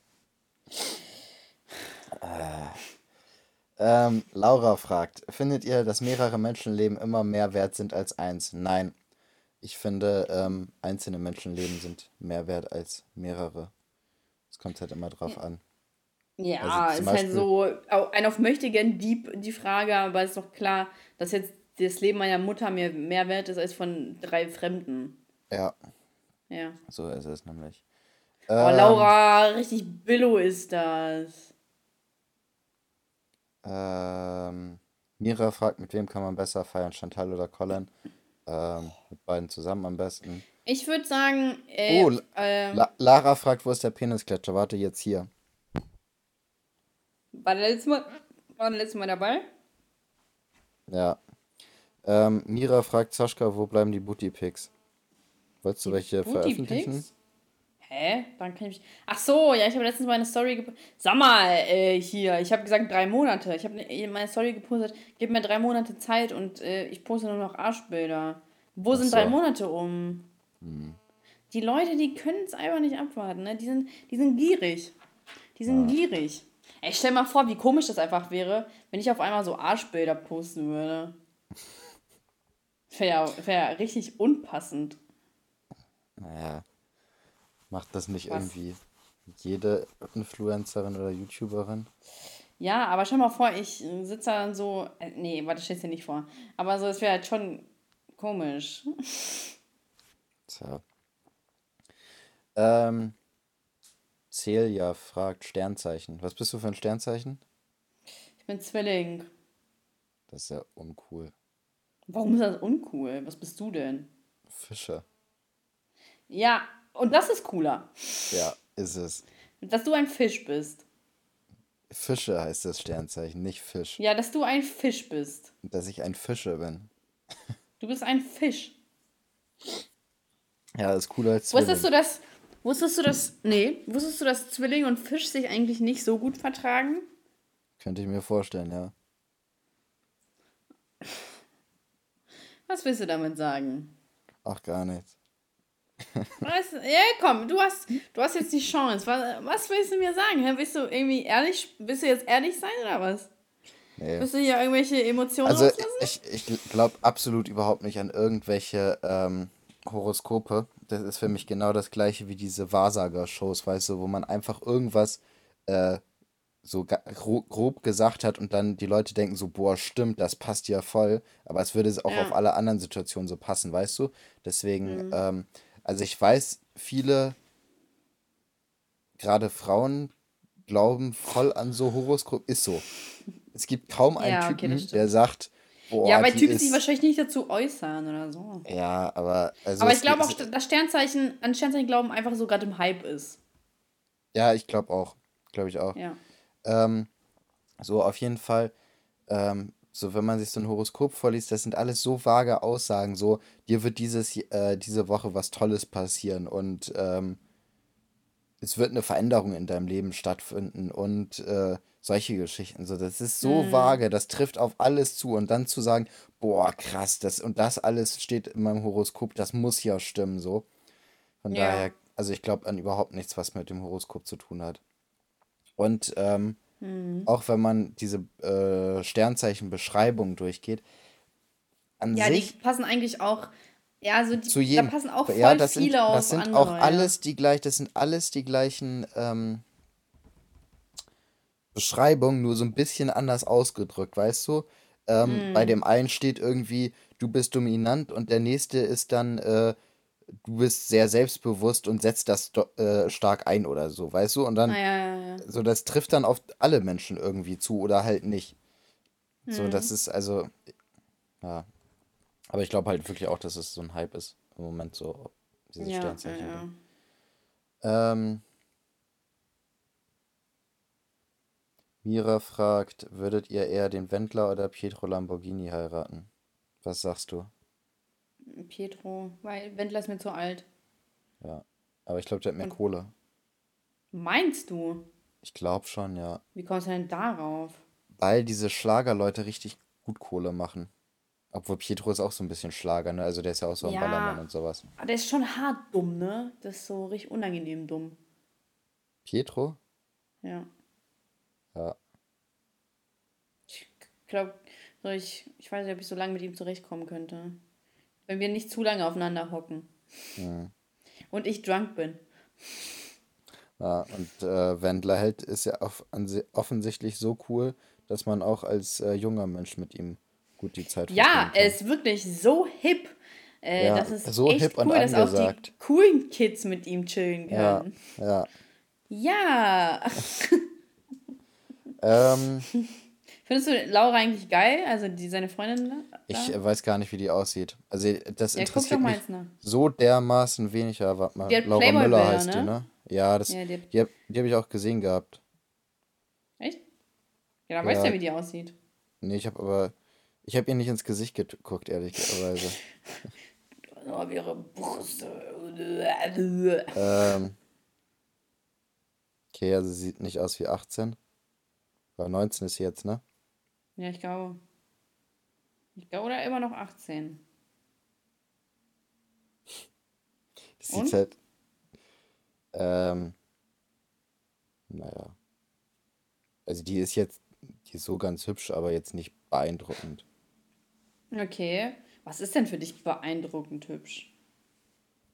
S2: Laura fragt, findet ihr, dass mehrere Menschenleben immer mehr wert sind als eins? Nein. Ich finde, einzelne Menschenleben sind mehr wert als mehrere. Es kommt halt immer drauf an. Also
S1: Ja,
S2: zum
S1: ist halt
S2: Beispiel,
S1: so. Ein auf Möchtegern Dieb die Frage, aber ist doch klar, dass jetzt das Leben meiner Mutter mir mehr wert ist als von 3 Fremden.
S2: ja,
S1: Ja.
S2: so ist es nämlich.
S1: Oh,
S2: Ähm,
S1: Laura, richtig Billo ist das.
S2: ähm, Mira fragt, mit wem kann man besser feiern, Chantal oder Colin? Mit beiden zusammen am besten.
S1: Ich würde sagen,
S2: Oh, Lara fragt, wo ist der Penisgletscher? Warte, jetzt hier.
S1: war der letzte Mal, war der letzte Mal dabei?
S2: Ja. Mira fragt Sascha, wo bleiben die Booty-Pics? Wolltest du
S1: Die
S2: welche
S1: Booty
S2: veröffentlichen?
S1: Pics? Hä? Dann kann ich mich. Ach so, ja, ich habe letztens meine Story gepostet. Sag mal, hier, ich habe gesagt 3 Monate. Ich habe meine Story gepostet, gib mir 3 Monate Zeit und ich poste nur noch Arschbilder. Wo
S2: Ach
S1: sind drei
S2: so.
S1: Monate um?
S2: Hm.
S1: Die Leute, die können es einfach nicht abwarten, ne? Die sind gierig. Die sind
S2: Ja.
S1: gierig. Ey, stell mal vor, wie komisch das einfach wäre, wenn ich auf einmal so Arschbilder posten würde. Wär ja richtig unpassend.
S2: Naja, macht das nicht
S1: Was?
S2: irgendwie jede Influencerin oder YouTuberin?
S1: Ja, aber stell mal vor, ich sitze da dann so. Nee, warte, stell's dir nicht vor. Aber so, es wäre halt schon komisch.
S2: Tja. Ähm, Celia fragt Sternzeichen. Was bist du für ein Sternzeichen?
S1: Ich bin Zwilling.
S2: Das ist ja uncool.
S1: Warum ist das uncool? Was bist du denn?
S2: Fische.
S1: Ja, und das ist cooler.
S2: Ja, ist es.
S1: Dass du ein Fisch bist.
S2: Fische heißt das Sternzeichen, nicht Fisch.
S1: Ja, dass du ein Fisch bist.
S2: Dass ich ein Fische bin.
S1: Du bist ein Fisch.
S2: Ja, das ist cooler als
S1: Wusstest
S2: Zwilling.
S1: du das? Wusstest du, dass Zwilling und Fisch sich eigentlich nicht so gut vertragen?
S2: Könnte ich mir vorstellen, ja.
S1: Was willst du damit sagen?
S2: Ach, gar nichts.
S1: Ja, komm, du hast jetzt die Chance. Was willst du mir sagen? Hä? Willst du jetzt ehrlich sein oder was?
S2: Nee.
S1: Willst du hier irgendwelche Emotionen
S2: Also
S1: rauslassen?
S2: ich glaube absolut überhaupt nicht an irgendwelche Horoskope. Das ist für mich genau das gleiche wie diese Wahrsager-Shows, weißt du, wo man einfach irgendwas äh, so grob gesagt hat und dann die Leute denken so, boah, stimmt, das passt ja voll, aber es würde es auch auf
S1: Ja.
S2: alle anderen Situationen so passen, weißt du? Deswegen,
S1: Hm.
S2: also ich weiß, viele, gerade Frauen, glauben voll an so Horoskop, ist so. Es gibt kaum einen
S1: Ja, okay, das
S2: Typen, der
S1: stimmt.
S2: sagt,
S1: Ja,
S2: boah,
S1: weil
S2: die
S1: Typen sich
S2: ist,
S1: wahrscheinlich nicht dazu äußern oder so.
S2: ja, aber, also
S1: Aber ich glaube auch, dass an Sternzeichen glauben einfach so gerade im Hype ist.
S2: ja, ich glaube auch, glaube ich auch.
S1: Ja.
S2: Ähm, so auf jeden Fall, so wenn man sich so ein Horoskop vorliest, das sind alles so vage Aussagen, so, dir wird diese Woche was Tolles passieren und es wird eine Veränderung in deinem Leben stattfinden und solche Geschichten. So, das ist so
S1: Hm.
S2: vage, das trifft auf alles zu und dann zu sagen, boah, krass, das und das alles steht in meinem Horoskop, das muss ja stimmen, so. Von
S1: Ja.
S2: daher, also ich glaube an überhaupt nichts, was mit dem Horoskop zu tun hat. Und
S1: Hm.
S2: auch wenn man diese Sternzeichenbeschreibung durchgeht, an
S1: Ja, die
S2: sich
S1: passen eigentlich auch. Ja, also
S2: zu
S1: da
S2: jedem,
S1: passen auch
S2: ja,
S1: voll viele
S2: das
S1: auf
S2: sind auch
S1: andere, ja.
S2: das sind alles die gleichen Beschreibungen, nur so ein bisschen anders ausgedrückt, weißt du? Bei
S1: Hm.
S2: dem einen steht irgendwie, du bist dominant und der nächste ist dann, du bist sehr selbstbewusst und setzt das stark ein oder so, weißt du? Und
S1: Ah,
S2: dann,
S1: ja, ja, ja.
S2: so das trifft dann auf alle Menschen irgendwie zu oder halt nicht. So, das
S1: Hm.
S2: ist also, ja. Aber ich glaube halt wirklich auch, dass es so ein Hype ist im Moment so, dieses
S1: Ja, ja,
S2: Sternzeichen-Ding.
S1: ja.
S2: Ähm, Mira fragt, würdet ihr eher den Wendler oder Pietro Lamborghini heiraten? Was sagst du?
S1: Pietro, weil Wendler ist mir zu alt.
S2: Ja. Aber ich glaube, der hat mehr
S1: Und
S2: Kohle.
S1: meinst du?
S2: Ich glaube schon, ja.
S1: Wie kommst du denn darauf?
S2: Weil diese Schlagerleute richtig gut Kohle machen. Obwohl Pietro ist auch so ein bisschen Schlager, ne? Also der ist ja auch so ein Ballermann
S1: Ja,
S2: und sowas.
S1: aber der ist schon hart dumm, ne? Das ist so richtig unangenehm dumm.
S2: Pietro?
S1: Ja.
S2: Ja.
S1: Ich glaube, ich weiß nicht, ob ich so lange mit ihm zurechtkommen könnte. Wenn wir nicht zu lange aufeinander hocken.
S2: Hm.
S1: Und ich drunk bin.
S2: Ja, und Wendler Held ist ja offensichtlich so cool, dass man auch als junger Mensch mit ihm gut die Zeit
S1: Ja,
S2: verbringen
S1: er
S2: kann.
S1: ist wirklich so hip.
S2: Ja,
S1: Das ist
S2: so hip
S1: echt
S2: und
S1: cool, dass auch die
S2: angesagt.
S1: coolen Kids mit ihm chillen
S2: Ja,
S1: können.
S2: ja.
S1: Ja.
S2: Ähm,
S1: Findest du Laura eigentlich geil? Also seine Freundin
S2: Ich
S1: da?
S2: weiß gar nicht, wie die aussieht. Also das
S1: Ja, guck doch
S2: interessiert
S1: mal
S2: mich
S1: jetzt nach.
S2: so dermaßen wenig. Ja, warte
S1: Die
S2: mal.
S1: hat
S2: Laura Müller
S1: Playboy-Bilder,
S2: heißt die,
S1: ne?
S2: ne? Ja,
S1: Ja, die hat.
S2: die hab ich auch gesehen gehabt.
S1: Echt? Ja, dann weißt du
S2: Ja,
S1: ja, wie die aussieht.
S2: nee, ich habe ihr nicht ins Gesicht geguckt, ehrlicherweise.
S1: Oh, ihre Brüste.
S2: Ähm, okay, also sie sieht nicht aus wie 18. Weil 19 ist sie jetzt, ne?
S1: Ja, ich glaube. Ich glaube, oder immer noch 18.
S2: Das sieht
S1: Und?
S2: halt, ähm, naja. Also die ist so ganz hübsch, aber jetzt nicht beeindruckend.
S1: Okay. Was ist denn für dich beeindruckend hübsch?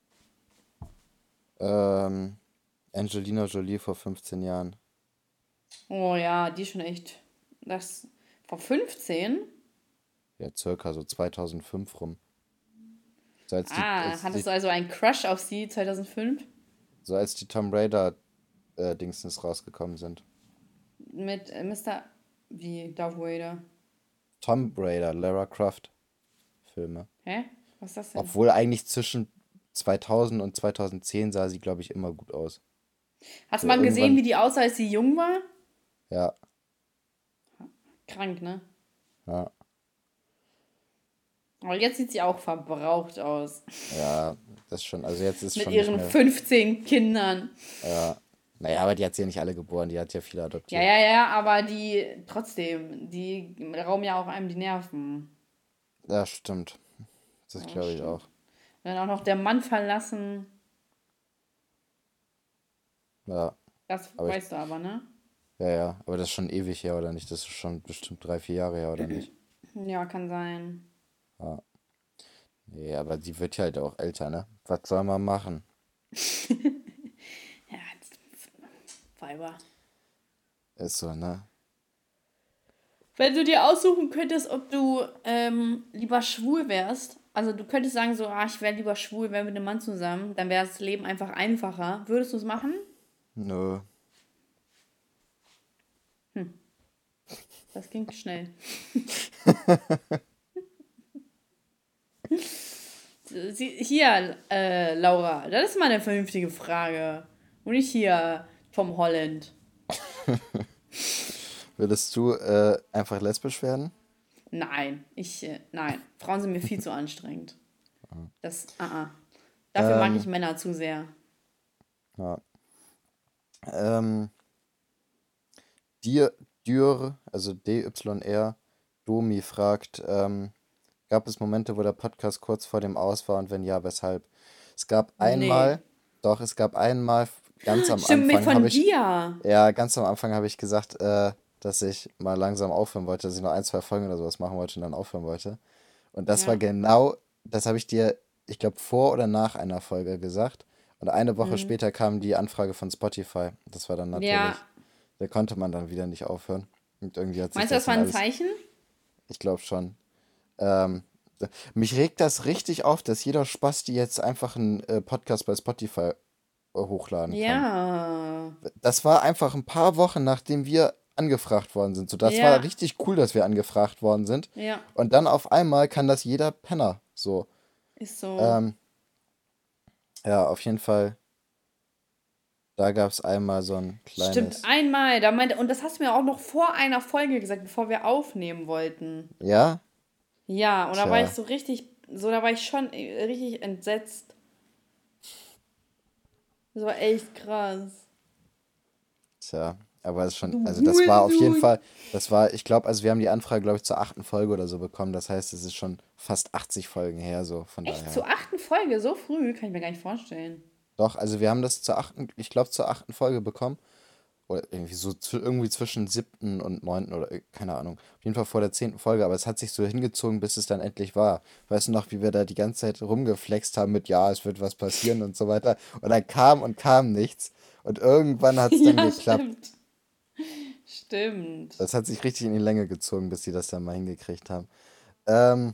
S2: Ähm, Angelina Jolie vor 15 Jahren.
S1: Oh ja, die schon echt. Das vor 15?
S2: Ja, circa so 2005 rum. So als die,
S1: Ah,
S2: als
S1: hattest
S2: die,
S1: du also einen Crush auf sie 2005?
S2: so als die Tomb Raider Dingsens rausgekommen sind.
S1: Mit Mr. Wie? Darth Vader.
S2: Tomb Raider, Lara Croft Filme.
S1: Hä? Was ist das denn?
S2: Obwohl eigentlich zwischen 2000 und 2010 sah sie, glaube ich, immer gut aus.
S1: Hast du
S2: So
S1: mal gesehen,
S2: irgendwann,
S1: wie die aussah, als sie jung war?
S2: ja,
S1: Krank, ne?
S2: ja,
S1: Aber jetzt sieht sie auch verbraucht aus.
S2: ja, das schon, also jetzt ist
S1: Mit
S2: schon nicht
S1: ihren
S2: mehr,
S1: 15 Kindern.
S2: ja. Naja, aber die hat sie ja nicht alle geboren, die hat ja viele
S1: Ja,
S2: adoptiert.
S1: ja, ja, aber die trotzdem, die rauben ja auch einem die Nerven.
S2: Ja, stimmt. Das
S1: Ja,
S2: glaube ich
S1: stimmt.
S2: auch.
S1: Dann auch noch der Mann verlassen.
S2: Ja,
S1: Das
S2: aber ich,
S1: weißt du aber, ne?
S2: ja, aber das ist schon ewig her, oder nicht? Das ist schon bestimmt 3, 4 Jahre her, oder nicht?
S1: Ja, kann sein.
S2: Ja. Ja, aber die wird ja halt auch älter, ne? Was soll man machen?
S1: Ja, Weiber.
S2: Ist so, ne?
S1: Wenn du dir aussuchen könntest, ob du lieber schwul wärst, also du könntest sagen so, ah, ich wäre lieber schwul, wäre mit einem Mann zusammen, dann wäre das Leben einfach einfacher. Würdest du es machen?
S2: Nö.
S1: Das ging schnell. Hier, Laura, das ist mal eine vernünftige Frage. Und nicht hier Tom Holland.
S2: Würdest du einfach lesbisch werden?
S1: Nein, nein. Frauen sind mir viel zu anstrengend. Ah. Dafür mag ich
S2: Ähm,
S1: Männer zu sehr.
S2: ja. Ähm, Dir, Dür, also DYR, Domi fragt, gab es Momente, wo der Podcast kurz vor dem Aus war und wenn ja, weshalb? Es gab
S1: Nee.
S2: einmal, doch, es gab einmal, ganz am
S1: Stimmt, mit
S2: Anfang habe
S1: von
S2: ich,
S1: dir.
S2: ja, ganz am Anfang habe ich gesagt, dass ich mal langsam aufhören wollte, dass ich noch 1, 2 Folgen oder sowas machen wollte und dann aufhören wollte. Und das war
S1: Ja.
S2: genau, das habe ich dir, ich glaube, vor oder nach einer Folge gesagt. Und eine Woche
S1: Hm.
S2: später kam die Anfrage von Spotify. Das war dann
S1: Ja.
S2: natürlich, da konnte man dann wieder nicht aufhören. Und irgendwie hat sich
S1: Meinst du,
S2: das
S1: das war
S2: dann
S1: ein
S2: alles,
S1: Zeichen?
S2: ich glaube schon. Ähm, Mich regt das richtig auf, dass jeder Spasti jetzt einfach einen Podcast bei Spotify hochladen kann.
S1: Ja.
S2: Das war einfach ein paar Wochen, nachdem wir angefragt worden sind. So, das war
S1: Ja.
S2: richtig cool, dass wir angefragt worden sind.
S1: Ja.
S2: Und dann auf einmal kann das jeder Penner. So.
S1: Ist so.
S2: Ähm, ja, auf jeden Fall. Da gab es einmal so ein
S1: Stimmt,
S2: kleines.
S1: einmal. Und das hast du mir auch noch vor einer Folge gesagt, bevor wir aufnehmen wollten.
S2: Ja?
S1: Ja, und da war ich
S2: Tja,
S1: so richtig, so da war ich schon richtig entsetzt. Das war echt krass.
S2: tja. Aber es ist schon,
S1: Du
S2: also das war auf jeden
S1: Hurensohn.
S2: Fall, das war, ich glaube, also wir haben die Anfrage, glaube ich, zur 8. Folge oder so bekommen. Das heißt, es ist schon fast 80 Folgen her, so von
S1: Echt
S2: daher.
S1: zur 8. Folge, so früh? Kann ich mir gar nicht vorstellen.
S2: Doch, also wir haben das ich glaube, zur 8. Folge bekommen. Oder irgendwie so irgendwie zwischen 7. und 9. oder keine Ahnung. Auf jeden Fall vor der 10. Folge, aber es hat sich so hingezogen, bis es dann endlich war. Weißt du noch, wie wir da die ganze Zeit rumgeflext haben mit, ja, es wird was passieren und so weiter. Und dann kam und kam nichts. Und irgendwann hat es dann
S1: Ja,
S2: geklappt.
S1: stimmt. Stimmt.
S2: Das hat sich richtig in die Länge gezogen, bis sie das dann mal hingekriegt haben. Ähm,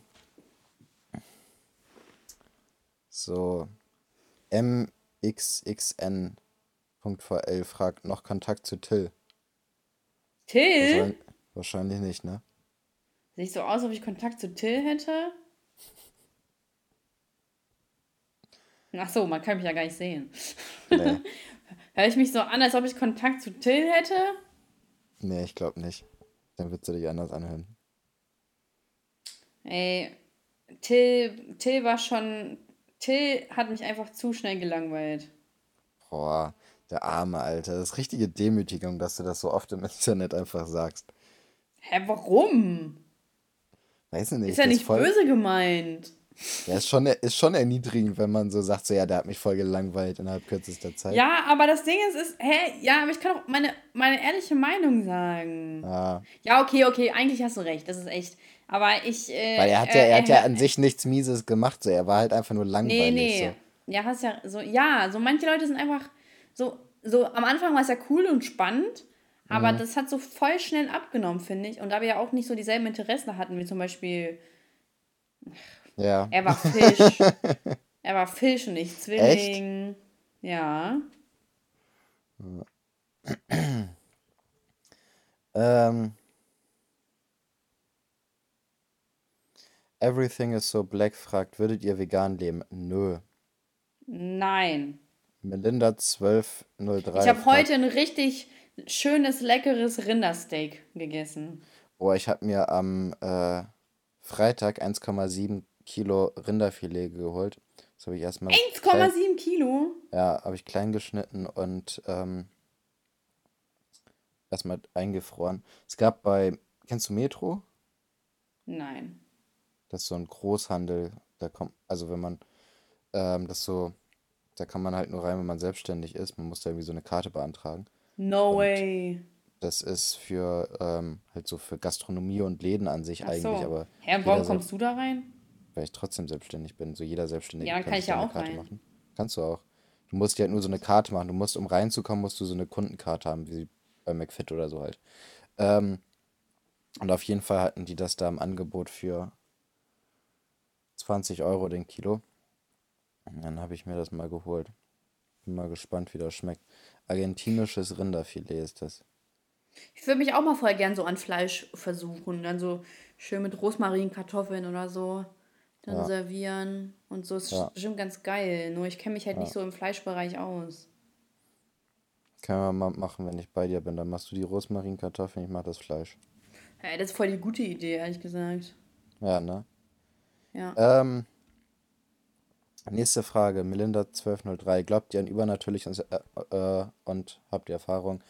S2: so, MXXN.VL fragt noch Kontakt zu Till.
S1: Till?
S2: Wahrscheinlich, wahrscheinlich nicht, ne?
S1: Sieht so aus, als ob ich Kontakt zu Till hätte? Ach so, man kann mich ja gar nicht sehen.
S2: Nee,
S1: Hör ich mich so an, als ob ich Kontakt zu Till hätte?
S2: nee, ich glaube nicht. Dann wird sie dich anders anhören.
S1: Ey, Till war schon. Till hat mich einfach zu schnell gelangweilt.
S2: Boah, der arme Alter. Das ist richtige Demütigung, dass du das so oft im Internet einfach sagst.
S1: Hä, warum?
S2: Weiß ich
S1: Ist
S2: nicht,
S1: ja
S2: der ist
S1: nicht
S2: voll.
S1: böse gemeint.
S2: Ja, ist schon erniedrigend, wenn man so sagt, so, ja, der hat mich voll gelangweilt innerhalb kürzester Zeit.
S1: Ja, aber das Ding hä, ja, aber ich kann auch meine ehrliche Meinung sagen.
S2: Ja,
S1: Ja, okay, eigentlich hast du recht, das ist echt. Aber
S2: weil er hat ja an sich nichts Mieses gemacht, so, er war halt einfach nur
S1: nee,
S2: langweilig,
S1: nee.
S2: so.
S1: Ja, so manche Leute sind einfach so am Anfang war es ja cool und spannend, Aber das hat so voll schnell abgenommen, finde ich. Und da wir ja auch nicht so dieselben Interessen hatten, wie zum Beispiel,
S2: Ja.
S1: er war Fisch. Er war Fisch und ich
S2: Echt?
S1: Zwilling. Ja.
S2: Ähm, Everything is so black fragt, würdet ihr vegan leben? Nö.
S1: Nein.
S2: Melinda
S1: Ich
S2: 1203
S1: habe heute
S2: fragt,
S1: ein richtig schönes, leckeres Rindersteak gegessen.
S2: oh, ich habe mir am Freitag 1,7 Kilo Rinderfilet geholt. Das habe ich erstmal klein,
S1: 1,7 Kilo?
S2: ja, habe ich klein geschnitten und erstmal eingefroren. Es gab kennst du Metro?
S1: Nein.
S2: Das ist so ein Großhandel. Da kommt, also wenn man, das so, da kann man halt nur rein, wenn man selbstständig ist. Man muss da irgendwie so eine Karte beantragen.
S1: No
S2: Und
S1: way.
S2: das ist für, halt so für Gastronomie und Läden an sich
S1: Ach
S2: eigentlich,
S1: so.
S2: aber
S1: Hä, und warum
S2: jeder,
S1: kommst du da rein?
S2: weil ich trotzdem selbstständig bin, so jeder
S1: Ja,
S2: Selbstständige
S1: dann
S2: kann
S1: kann
S2: sich
S1: ich
S2: da
S1: ja
S2: eine
S1: auch
S2: Karte
S1: rein.
S2: machen. Kannst du auch. Du musst dir halt nur so eine Karte machen. Du musst, um reinzukommen, musst du so eine Kundenkarte haben, wie bei McFit oder so halt. Ähm, und auf jeden Fall hatten die das da im Angebot für 20 € den Kilo. Und dann habe ich mir das mal geholt. Bin mal gespannt, wie das schmeckt. Argentinisches Rinderfilet ist das.
S1: Ich würde mich auch mal voll gern so an Fleisch versuchen. Dann so schön mit Rosmarin, Kartoffeln oder so. Dann
S2: Ja,
S1: servieren und so. Ist
S2: ja,
S1: bestimmt ganz geil. Nur ich kenne mich halt nicht
S2: ja.
S1: so im Fleischbereich aus.
S2: Können wir mal machen, wenn ich bei dir bin. Dann machst du die Rosmarinkartoffeln, ich mach das Fleisch.
S1: Hey, das ist voll die gute Idee, ehrlich gesagt.
S2: Ja, ne?
S1: Ja.
S2: Ähm, Nächste Frage, Melinda 1203. Glaubt ihr an Übernatürliches und habt ihr Erfahrung?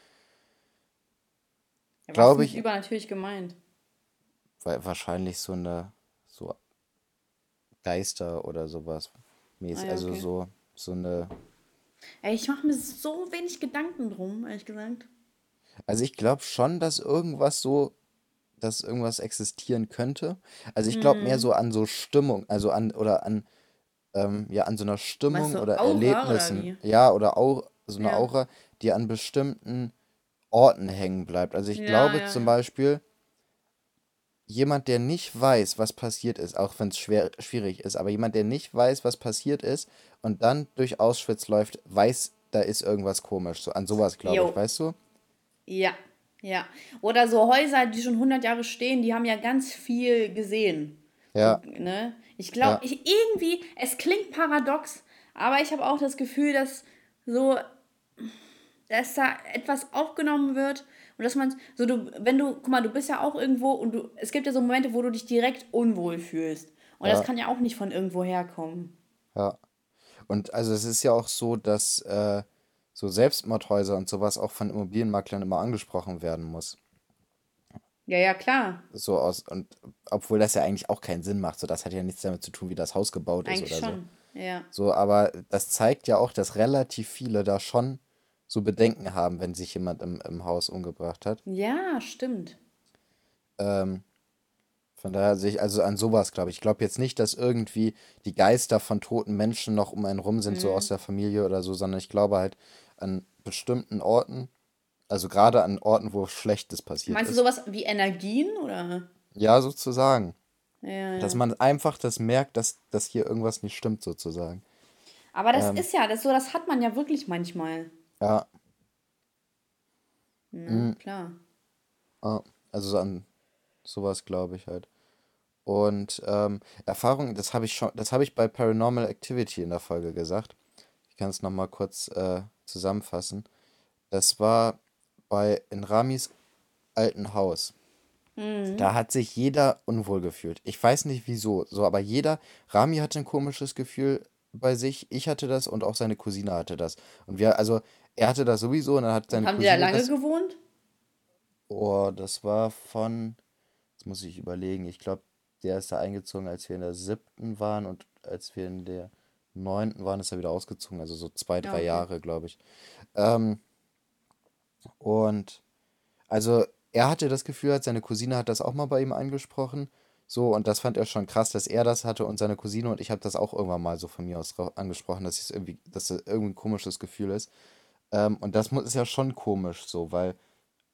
S1: Ja, was ist
S2: Glaube
S1: mit
S2: ich,
S1: übernatürlich gemeint?
S2: weil wahrscheinlich so Geister oder sowas
S1: Ah
S2: mäßig.
S1: ja,
S2: Also
S1: okay.
S2: so eine.
S1: Ey, ich mache mir so wenig Gedanken drum, ehrlich gesagt.
S2: Also ich glaube schon, dass irgendwas existieren könnte. Also ich glaube mehr
S1: Hm.
S2: so an so Stimmung, also ja, an so einer
S1: Meinst
S2: Stimmung
S1: du
S2: oder
S1: Aura oder
S2: Erlebnissen,
S1: wie?
S2: ja, oder auch so eine
S1: Ja.
S2: Aura, die an bestimmten Orten hängen bleibt. Also ich
S1: Ja,
S2: glaube
S1: ja,
S2: zum
S1: ja.
S2: Beispiel, jemand, der nicht weiß, was passiert ist, auch wenn es schwierig ist, aber jemand, der nicht weiß, was passiert ist und dann durch Auschwitz läuft, weiß, da ist irgendwas komisch. So, an sowas glaube ich,
S1: Jo.
S2: weißt du?
S1: Ja. Ja. Oder so Häuser, die schon 100 Jahre stehen, die haben ja ganz viel gesehen. So,
S2: Ja,
S1: ne? Ich glaube,
S2: ja,
S1: irgendwie, es klingt paradox, aber ich habe auch das Gefühl, so, dass da etwas aufgenommen wird und dass man so wenn du, guck mal, du bist ja auch irgendwo und es gibt ja so Momente, wo du dich direkt unwohl fühlst. Und das
S2: ja,
S1: kann ja auch nicht von irgendwo herkommen.
S2: ja. Und also es ist ja auch so, dass so Selbstmordhäuser und sowas auch von Immobilienmaklern immer angesprochen werden muss.
S1: Ja, ja, klar.
S2: Und obwohl das ja eigentlich auch keinen Sinn macht, so das hat ja nichts damit zu tun, wie das Haus gebaut ist
S1: Eigentlich
S2: oder so.
S1: schon. Ja.
S2: So, aber das zeigt ja auch, dass relativ viele da schon so Bedenken haben, wenn sich jemand im Haus umgebracht hat.
S1: Ja, stimmt.
S2: Ähm, von daher sehe ich also an sowas, glaube ich. Ich glaube jetzt nicht, dass irgendwie die Geister von toten Menschen noch um einen rum sind, so aus
S1: Mhm.
S2: der Familie oder so, sondern ich glaube halt an bestimmten Orten, also gerade an Orten, wo Schlechtes passiert
S1: Meinst du
S2: ist.
S1: sowas wie Energien oder?
S2: Ja, sozusagen.
S1: Ja,
S2: Dass
S1: ja.
S2: man einfach das merkt, dass hier irgendwas nicht stimmt, sozusagen.
S1: Aber das
S2: Ähm,
S1: ist ja, das so, das hat man ja wirklich manchmal.
S2: ja,
S1: Ne,
S2: mm,
S1: klar.
S2: ah, also so an sowas glaube ich halt. Und Erfahrung, das habe ich bei Paranormal Activity in der Folge gesagt. Ich kann es nochmal kurz zusammenfassen. Das war in Ramis alten Haus.
S1: Mhm.
S2: Da hat sich jeder unwohl gefühlt. Ich weiß nicht wieso, so, aber Rami hatte ein komisches Gefühl bei sich, ich hatte das und auch seine Cousine hatte das. Also er hatte das sowieso und dann hat
S1: Und
S2: seine
S1: haben die da
S2: Cousine
S1: lange
S2: das.
S1: gewohnt?
S2: Oh, das war jetzt muss ich überlegen, ich glaube, der ist da eingezogen, als wir in der siebten waren und als wir in der neunten waren, ist er wieder ausgezogen, also so zwei,
S1: Ja,
S2: drei
S1: okay.
S2: Jahre, glaube ich. Ähm, und also er hatte das Gefühl, seine Cousine hat das auch mal bei ihm angesprochen. So, und das fand er schon krass, dass er das hatte und seine Cousine und ich habe das auch irgendwann mal so von mir aus angesprochen, dass es irgendwie ein komisches Gefühl ist. Und ist ja schon komisch so, weil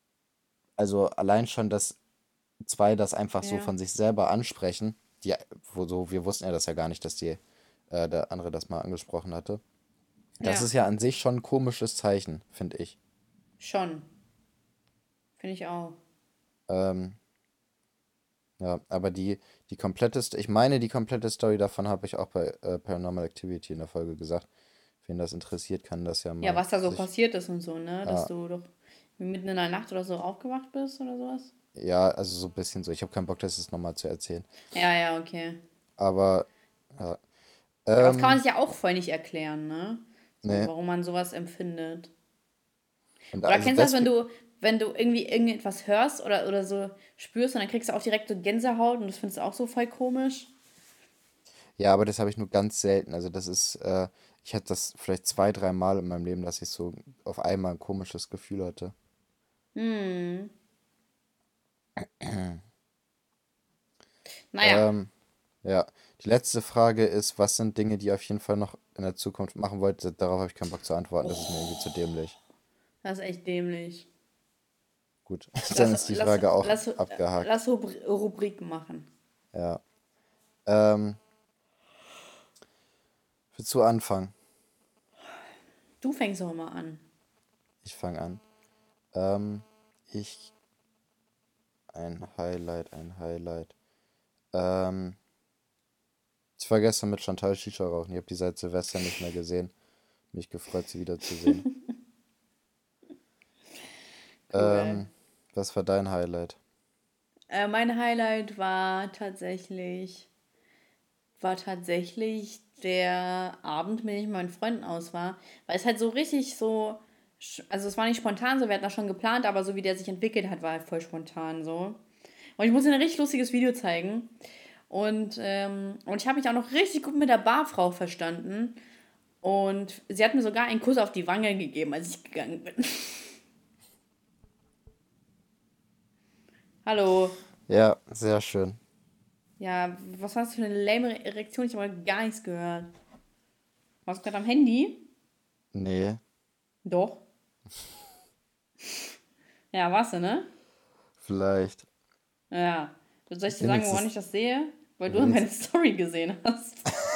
S2: Also allein schon, dass zwei das einfach so
S1: Ja.
S2: von sich selber ansprechen, die, wo so, wir wussten ja das ja gar nicht, dass der andere das mal angesprochen hatte. Das
S1: Ja,
S2: ist ja an sich schon ein komisches Zeichen, finde ich.
S1: schon. Finde ich auch.
S2: Ähm, ja, aber die komplette, ich meine, die komplette Story davon habe ich auch bei Paranormal Activity in der Folge gesagt. Wen das interessiert, kann das ja
S1: Ja,
S2: mal
S1: was da so
S2: sich.
S1: passiert ist und so, ne? Dass
S2: Ja,
S1: du doch mitten in der Nacht oder so aufgewacht bist oder sowas.
S2: ja, also so ein bisschen so. Ich habe keinen Bock, das jetzt nochmal zu erzählen.
S1: Ja, ja, okay.
S2: Aber, ja.
S1: Ja, aber das kann man
S2: Ähm,
S1: sich ja auch voll nicht erklären, ne? So,
S2: nee.
S1: warum man sowas empfindet.
S2: Und
S1: Oder
S2: also
S1: kennst du das,
S2: deswegen.
S1: wenn du irgendwie irgendetwas hörst oder so spürst und dann kriegst du auch direkt so Gänsehaut und das findest du auch so voll komisch?
S2: Ja, aber das habe ich nur ganz selten. Also das ist, ich hatte das vielleicht zwei, dreimal in meinem Leben, dass ich so auf einmal ein komisches Gefühl hatte.
S1: Hm. Naja,
S2: Ähm, ja. Die letzte Frage ist, was sind Dinge, die ihr auf jeden Fall noch in der Zukunft machen wollt? Darauf habe ich keinen Bock zu antworten, das ist mir irgendwie zu dämlich.
S1: das ist echt dämlich.
S2: Gut, dann ist die Frage auch
S1: Lass,
S2: abgehakt.
S1: lass Rubriken machen.
S2: Ja. Ähm, willst du anfangen?
S1: Du fängst doch mal an.
S2: Ich fange an. Ähm, ich, ein Highlight, ein Highlight. Ähm, ich war gestern mit Chantal Shisha rauchen. Ich habe die seit Silvester nicht mehr gesehen. Mich gefreut, sie wiederzusehen.
S1: Cool.
S2: Ähm, was war dein Highlight?
S1: Mein Highlight war tatsächlich der Abend, mit dem ich mit meinen Freunden aus war. Weil es halt so richtig so, also es war nicht spontan so, wir hatten das schon geplant, aber so wie der sich entwickelt hat, war halt voll spontan so. Und ich muss dir ein richtig lustiges Video zeigen. Und ich habe mich auch noch richtig gut mit der Barfrau verstanden. Und sie hat mir sogar einen Kuss auf die Wange gegeben, als ich gegangen bin. Hallo.
S2: Ja, sehr schön.
S1: Ja, was hast du für eine lame Erektion? Ich habe gar nichts gehört. Warst du gerade am Handy?
S2: Nee,
S1: Doch. Ja, warst du, ne?
S2: vielleicht.
S1: Ja. Soll ich dir sagen, woran ich
S2: Wenigstens,
S1: das sehe? Weil du meine
S2: wenigstens,
S1: Story gesehen hast.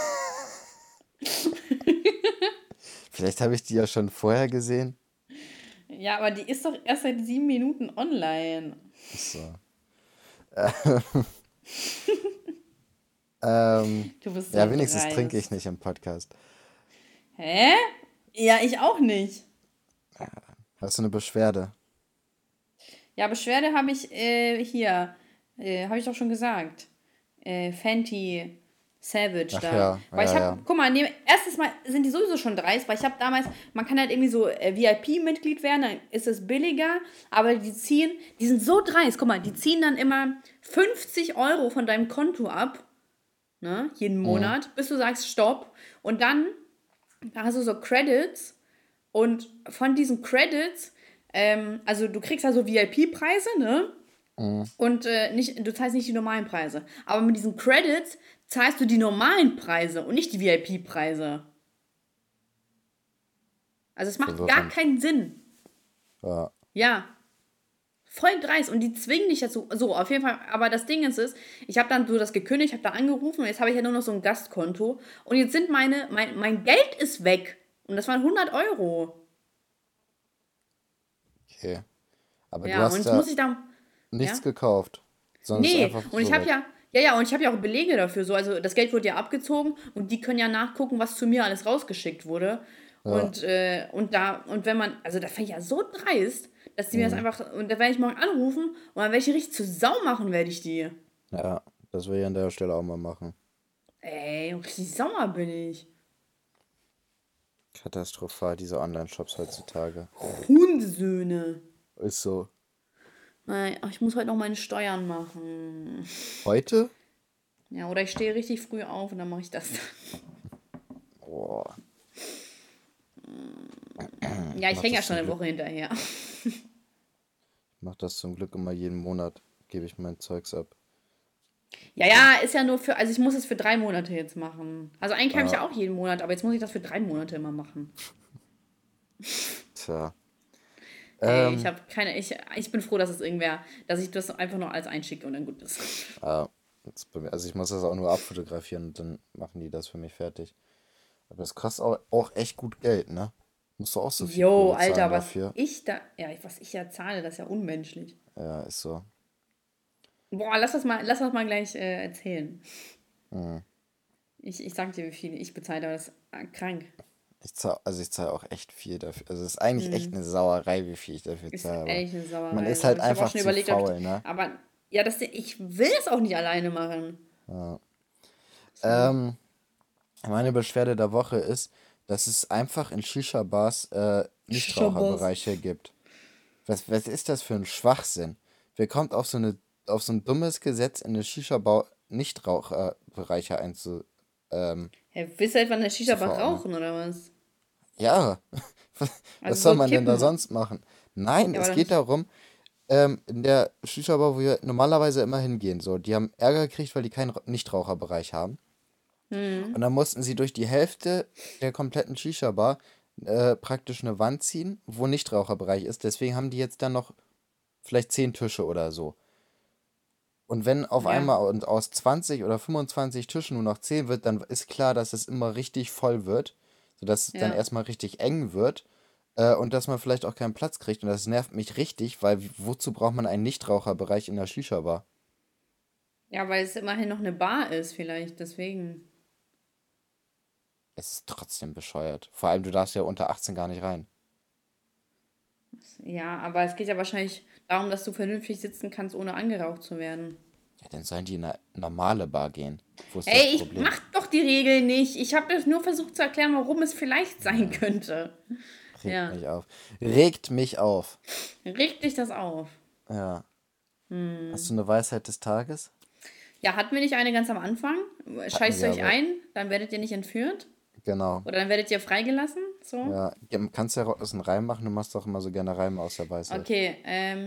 S2: vielleicht habe ich die ja schon vorher gesehen.
S1: Ja, aber die ist doch erst seit 7 Minuten online.
S2: Ach so. Äh, ähm,
S1: Du bist so
S2: ja, wenigstens trinke ich
S1: dreist.
S2: nicht im Podcast.
S1: Hä? Ja, ich auch nicht.
S2: Hast du eine Beschwerde?
S1: Ja, Beschwerde habe ich hier. Habe ich doch schon gesagt. Fenty Savage
S2: Ach
S1: da.
S2: ja,
S1: Weil ich
S2: ja,
S1: habe,
S2: ja.
S1: guck mal, erstes Mal sind die sowieso schon dreist, weil ich habe damals, man kann halt irgendwie so VIP-Mitglied werden, dann ist es billiger, aber die sind so dreist, guck mal, die ziehen dann immer 50 € von deinem Konto ab, ne, jeden
S2: Mhm.
S1: Monat, bis du sagst Stopp. Und dann hast du so Credits und von diesen Credits, also du kriegst also VIP-Preise, ne?
S2: Mhm.
S1: Und du zahlst nicht die normalen Preise. Aber mit diesen Credits zahlst du die normalen Preise und nicht die VIP-Preise. Also es macht gar
S2: Verwirrend.
S1: keinen Sinn.
S2: Ja.
S1: Ja, voll dreist. Und die zwingen dich dazu. So, auf jeden Fall. Aber das Ding ist, ich habe dann so das gekündigt, habe da angerufen und jetzt habe ich ja nur noch so ein Gastkonto. Und jetzt sind mein Geld ist weg. Und das waren 100 €.
S2: Okay. Aber du
S1: Ja, und
S2: hast
S1: jetzt
S2: da
S1: muss ich da.
S2: nichts
S1: Ja?
S2: gekauft, sondern es ist
S1: Nee,
S2: einfach
S1: und ich
S2: so
S1: habe
S2: weg.
S1: ja, und ich habe ja auch Belege dafür. So, also das Geld wurde ja abgezogen und die können ja nachgucken, was zu mir alles rausgeschickt wurde.
S2: Ja.
S1: Und wenn man, also da fand ich ja so dreist, dass die mir das
S2: Mhm.
S1: einfach, und da werde ich morgen anrufen und dann werde ich die richtig zur Sau machen, werde ich die.
S2: Ja, das will ich an der Stelle auch mal machen.
S1: Ey, richtig sauer bin ich.
S2: Katastrophal, diese Online-Shops heutzutage.
S1: Hundesöhne.
S2: Ist so.
S1: Nein, ach, ich muss heute noch meine Steuern machen.
S2: Heute?
S1: Ja, oder ich stehe richtig früh auf und dann mache ich das.
S2: Boah,
S1: Ja,
S2: ich
S1: ich
S2: mach
S1: hänge ja
S2: das
S1: schon
S2: zum
S1: eine
S2: Glück.
S1: Woche hinterher.
S2: Ich mach das zum Glück immer jeden Monat. Gebe ich mein Zeugs ab.
S1: Ja,
S2: So.
S1: ja, ist ja nur für, also ich muss es für 3 Monate jetzt machen. Also eigentlich habe ich
S2: Ah,
S1: ja auch jeden Monat, aber jetzt muss ich das für 3 Monate immer machen.
S2: tja.
S1: Ey, ich
S2: Ähm,
S1: habe keine, ich bin froh, dass es irgendwer, dass ich das einfach nur als einschicke und dann gut ist.
S2: ah, jetzt bei mir, also ich muss das auch nur abfotografieren und dann machen die das für mich fertig. Aber das kostet auch echt gut Geld, ne? Musst du auch so viel
S1: Jo,
S2: Kohle zahlen
S1: Alter,
S2: dafür.
S1: was ich da zahle, das ist ja unmenschlich.
S2: Ja, ist so.
S1: Boah, lass das mal gleich erzählen.
S2: Mhm.
S1: Ich sag dir, wie viel ich bezahle, aber das ist krank.
S2: Ich zahle auch echt viel dafür. Also es ist eigentlich echt
S1: Hm.
S2: eine Sauerei, wie viel ich dafür
S1: Ist
S2: zahle, aber
S1: ehrlich eine
S2: man
S1: Sauerei.
S2: ist
S1: Also
S2: halt
S1: ich habe auch
S2: einfach
S1: schon
S2: zu
S1: überlegt, ob ich.
S2: faul, ne?
S1: Aber ja, ich will das auch nicht alleine machen.
S2: Ja.
S1: Deswegen.
S2: Ähm, Meine Beschwerde der Woche ist, dass es einfach in Shisha-Bars
S1: Shisha-Boss.
S2: Nichtraucherbereiche gibt. Was ist das für ein Schwachsinn? Wer kommt auf so ein dummes Gesetz, in eine Shisha-Bar Nichtraucherbereiche ähm,
S1: Hä, willst du etwa in der
S2: zu
S1: Shisha-Bar
S2: verordnen?
S1: rauchen oder was?
S2: Ja, was
S1: Also
S2: soll
S1: so
S2: man denn da
S1: kippen.
S2: sonst machen? Nein,
S1: Ja, aber
S2: es
S1: dann.
S2: geht darum, in der Shisha-Bar, wo wir normalerweise immer hingehen, so, die haben Ärger gekriegt, weil die keinen Nichtraucherbereich haben. Und
S1: Hm.
S2: dann mussten sie durch die Hälfte der kompletten Shisha-Bar praktisch eine Wand ziehen, wo Nichtraucherbereich ist. Deswegen haben die jetzt dann noch vielleicht 10 Tische oder so. Und wenn auf
S1: Ja.
S2: einmal und aus 20 oder 25 Tischen nur noch 10 wird, dann ist klar, dass es immer richtig voll wird, sodass es dann
S1: Ja.
S2: erstmal richtig eng wird und dass man vielleicht auch keinen Platz kriegt. Und das nervt mich richtig, weil wozu braucht man einen Nichtraucherbereich in der Shisha-Bar?
S1: Ja, weil es immerhin noch eine Bar ist, vielleicht. Deswegen.
S2: Es ist trotzdem bescheuert. Vor allem, du darfst ja unter 18 gar nicht rein.
S1: Ja, aber es geht ja wahrscheinlich darum, dass du vernünftig sitzen kannst, ohne angeraucht zu werden.
S2: Ja, dann sollen die in eine normale Bar gehen. Wo ist das
S1: Ey, ich
S2: Problem?
S1: mach doch die Regel nicht. Ich habe das nur versucht zu erklären, warum es vielleicht sein
S2: Hm,
S1: könnte.
S2: regt
S1: Ja.
S2: mich auf. Regt mich auf.
S1: Regt dich das auf?
S2: Ja. Hast du eine Weisheit des Tages?
S1: Ja, hatten wir nicht eine ganz am Anfang?
S2: Hatten
S1: Scheißt
S2: wir
S1: euch
S2: aber.
S1: ein, dann werdet ihr nicht entführt.
S2: Genau.
S1: Oder dann werdet ihr freigelassen. So.
S2: Ja, kannst ja aus einem Reim machen, du machst doch immer so gerne Reime aus der Weisheit.
S1: Okay,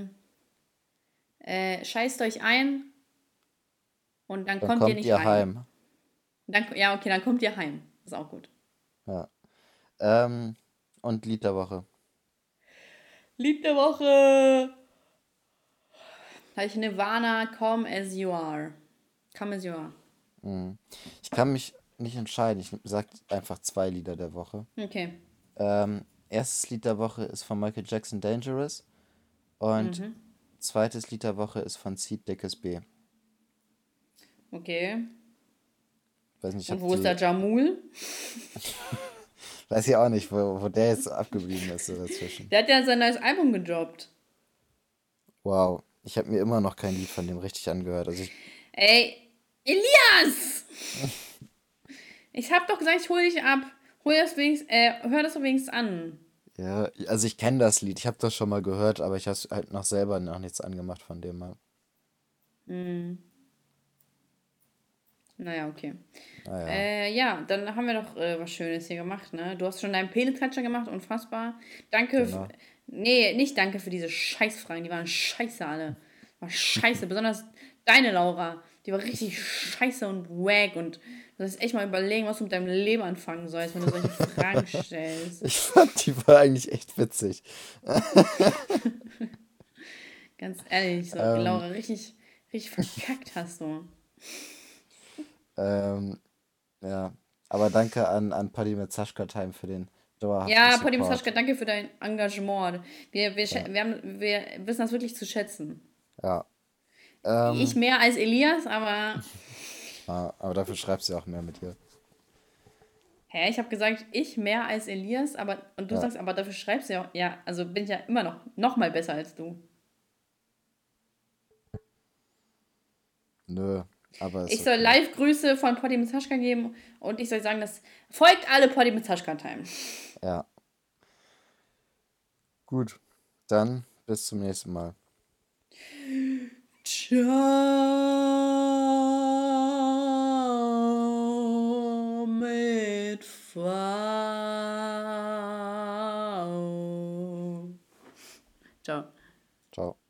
S1: scheißt euch ein und dann
S2: Dann
S1: kommt ihr
S2: kommt
S1: nicht
S2: ihr
S1: rein.
S2: heim.
S1: Ja, okay, dann kommt ihr heim. Das ist auch gut.
S2: Ja. Ähm, und Lied der Woche.
S1: Lied der Woche. Habe ich Nirvana, Come As You Are. Come As You Are.
S2: Mhm. Ich kann mich nicht entscheiden. Ich sag einfach zwei Lieder der Woche.
S1: Okay.
S2: Erstes Lied der Woche ist von Michael Jackson Dangerous und
S1: Mhm.
S2: zweites Lied der Woche ist von Seed Dickes B.
S1: Okay.
S2: Weiß nicht, ich
S1: Und
S2: hab
S1: wo ist
S2: die,
S1: der Jamul?
S2: weiß ich auch nicht, wo der jetzt abgeblieben ist so dazwischen.
S1: Der hat ja sein neues Album gedroppt.
S2: Wow, ich habe mir immer noch kein Lied von dem richtig angehört. Also ich,
S1: Ey, Elias! Ich hab doch gesagt, ich hol dich ab. Hör das wenigstens an.
S2: ja, also ich kenne das Lied, ich habe das schon mal gehört, aber ich habe halt noch selber noch nichts angemacht von dem mal.
S1: Hm. Naja, okay.
S2: Naja,
S1: Ja, dann haben wir doch was Schönes hier gemacht, ne? Du hast schon deinen Penisklatscher gemacht, unfassbar. Danke.
S2: genau.
S1: Nee, nicht danke für diese Scheißfragen. Die waren scheiße alle. War scheiße. Besonders deine Laura. Die war richtig scheiße und wack. Und du sollst echt mal überlegen, was du mit deinem Leben anfangen sollst, wenn du solche Fragen stellst.
S2: Ich fand, die war eigentlich echt witzig.
S1: Ganz ehrlich, so,
S2: Ähm,
S1: Laura, richtig, richtig verkackt hast du.
S2: ähm, ja, aber danke an Paddy mit Sascha Time für den dauerhaften
S1: Ja, Podium Sascha,
S2: Support.
S1: danke für dein Engagement.
S2: Ja,
S1: Wir wissen das wirklich zu schätzen.
S2: ja.
S1: Ich
S2: Ähm,
S1: mehr als Elias, aber.
S2: aber dafür schreibst du ja auch mehr mit dir.
S1: Hä, ich habe gesagt, ich mehr als Elias, aber. Und du
S2: Ja,
S1: sagst, aber dafür schreibst du ja auch. Ja, also bin ich ja immer noch mal besser als du.
S2: nö, aber ist
S1: Ich soll
S2: okay.
S1: Live-Grüße von Poddy mit Sascha geben und ich soll sagen, dass folgt alle Poddy mit Sascha Time.
S2: Ja, gut. Dann bis zum nächsten Mal.
S1: Ciao mit V. Ciao.
S2: Ciao.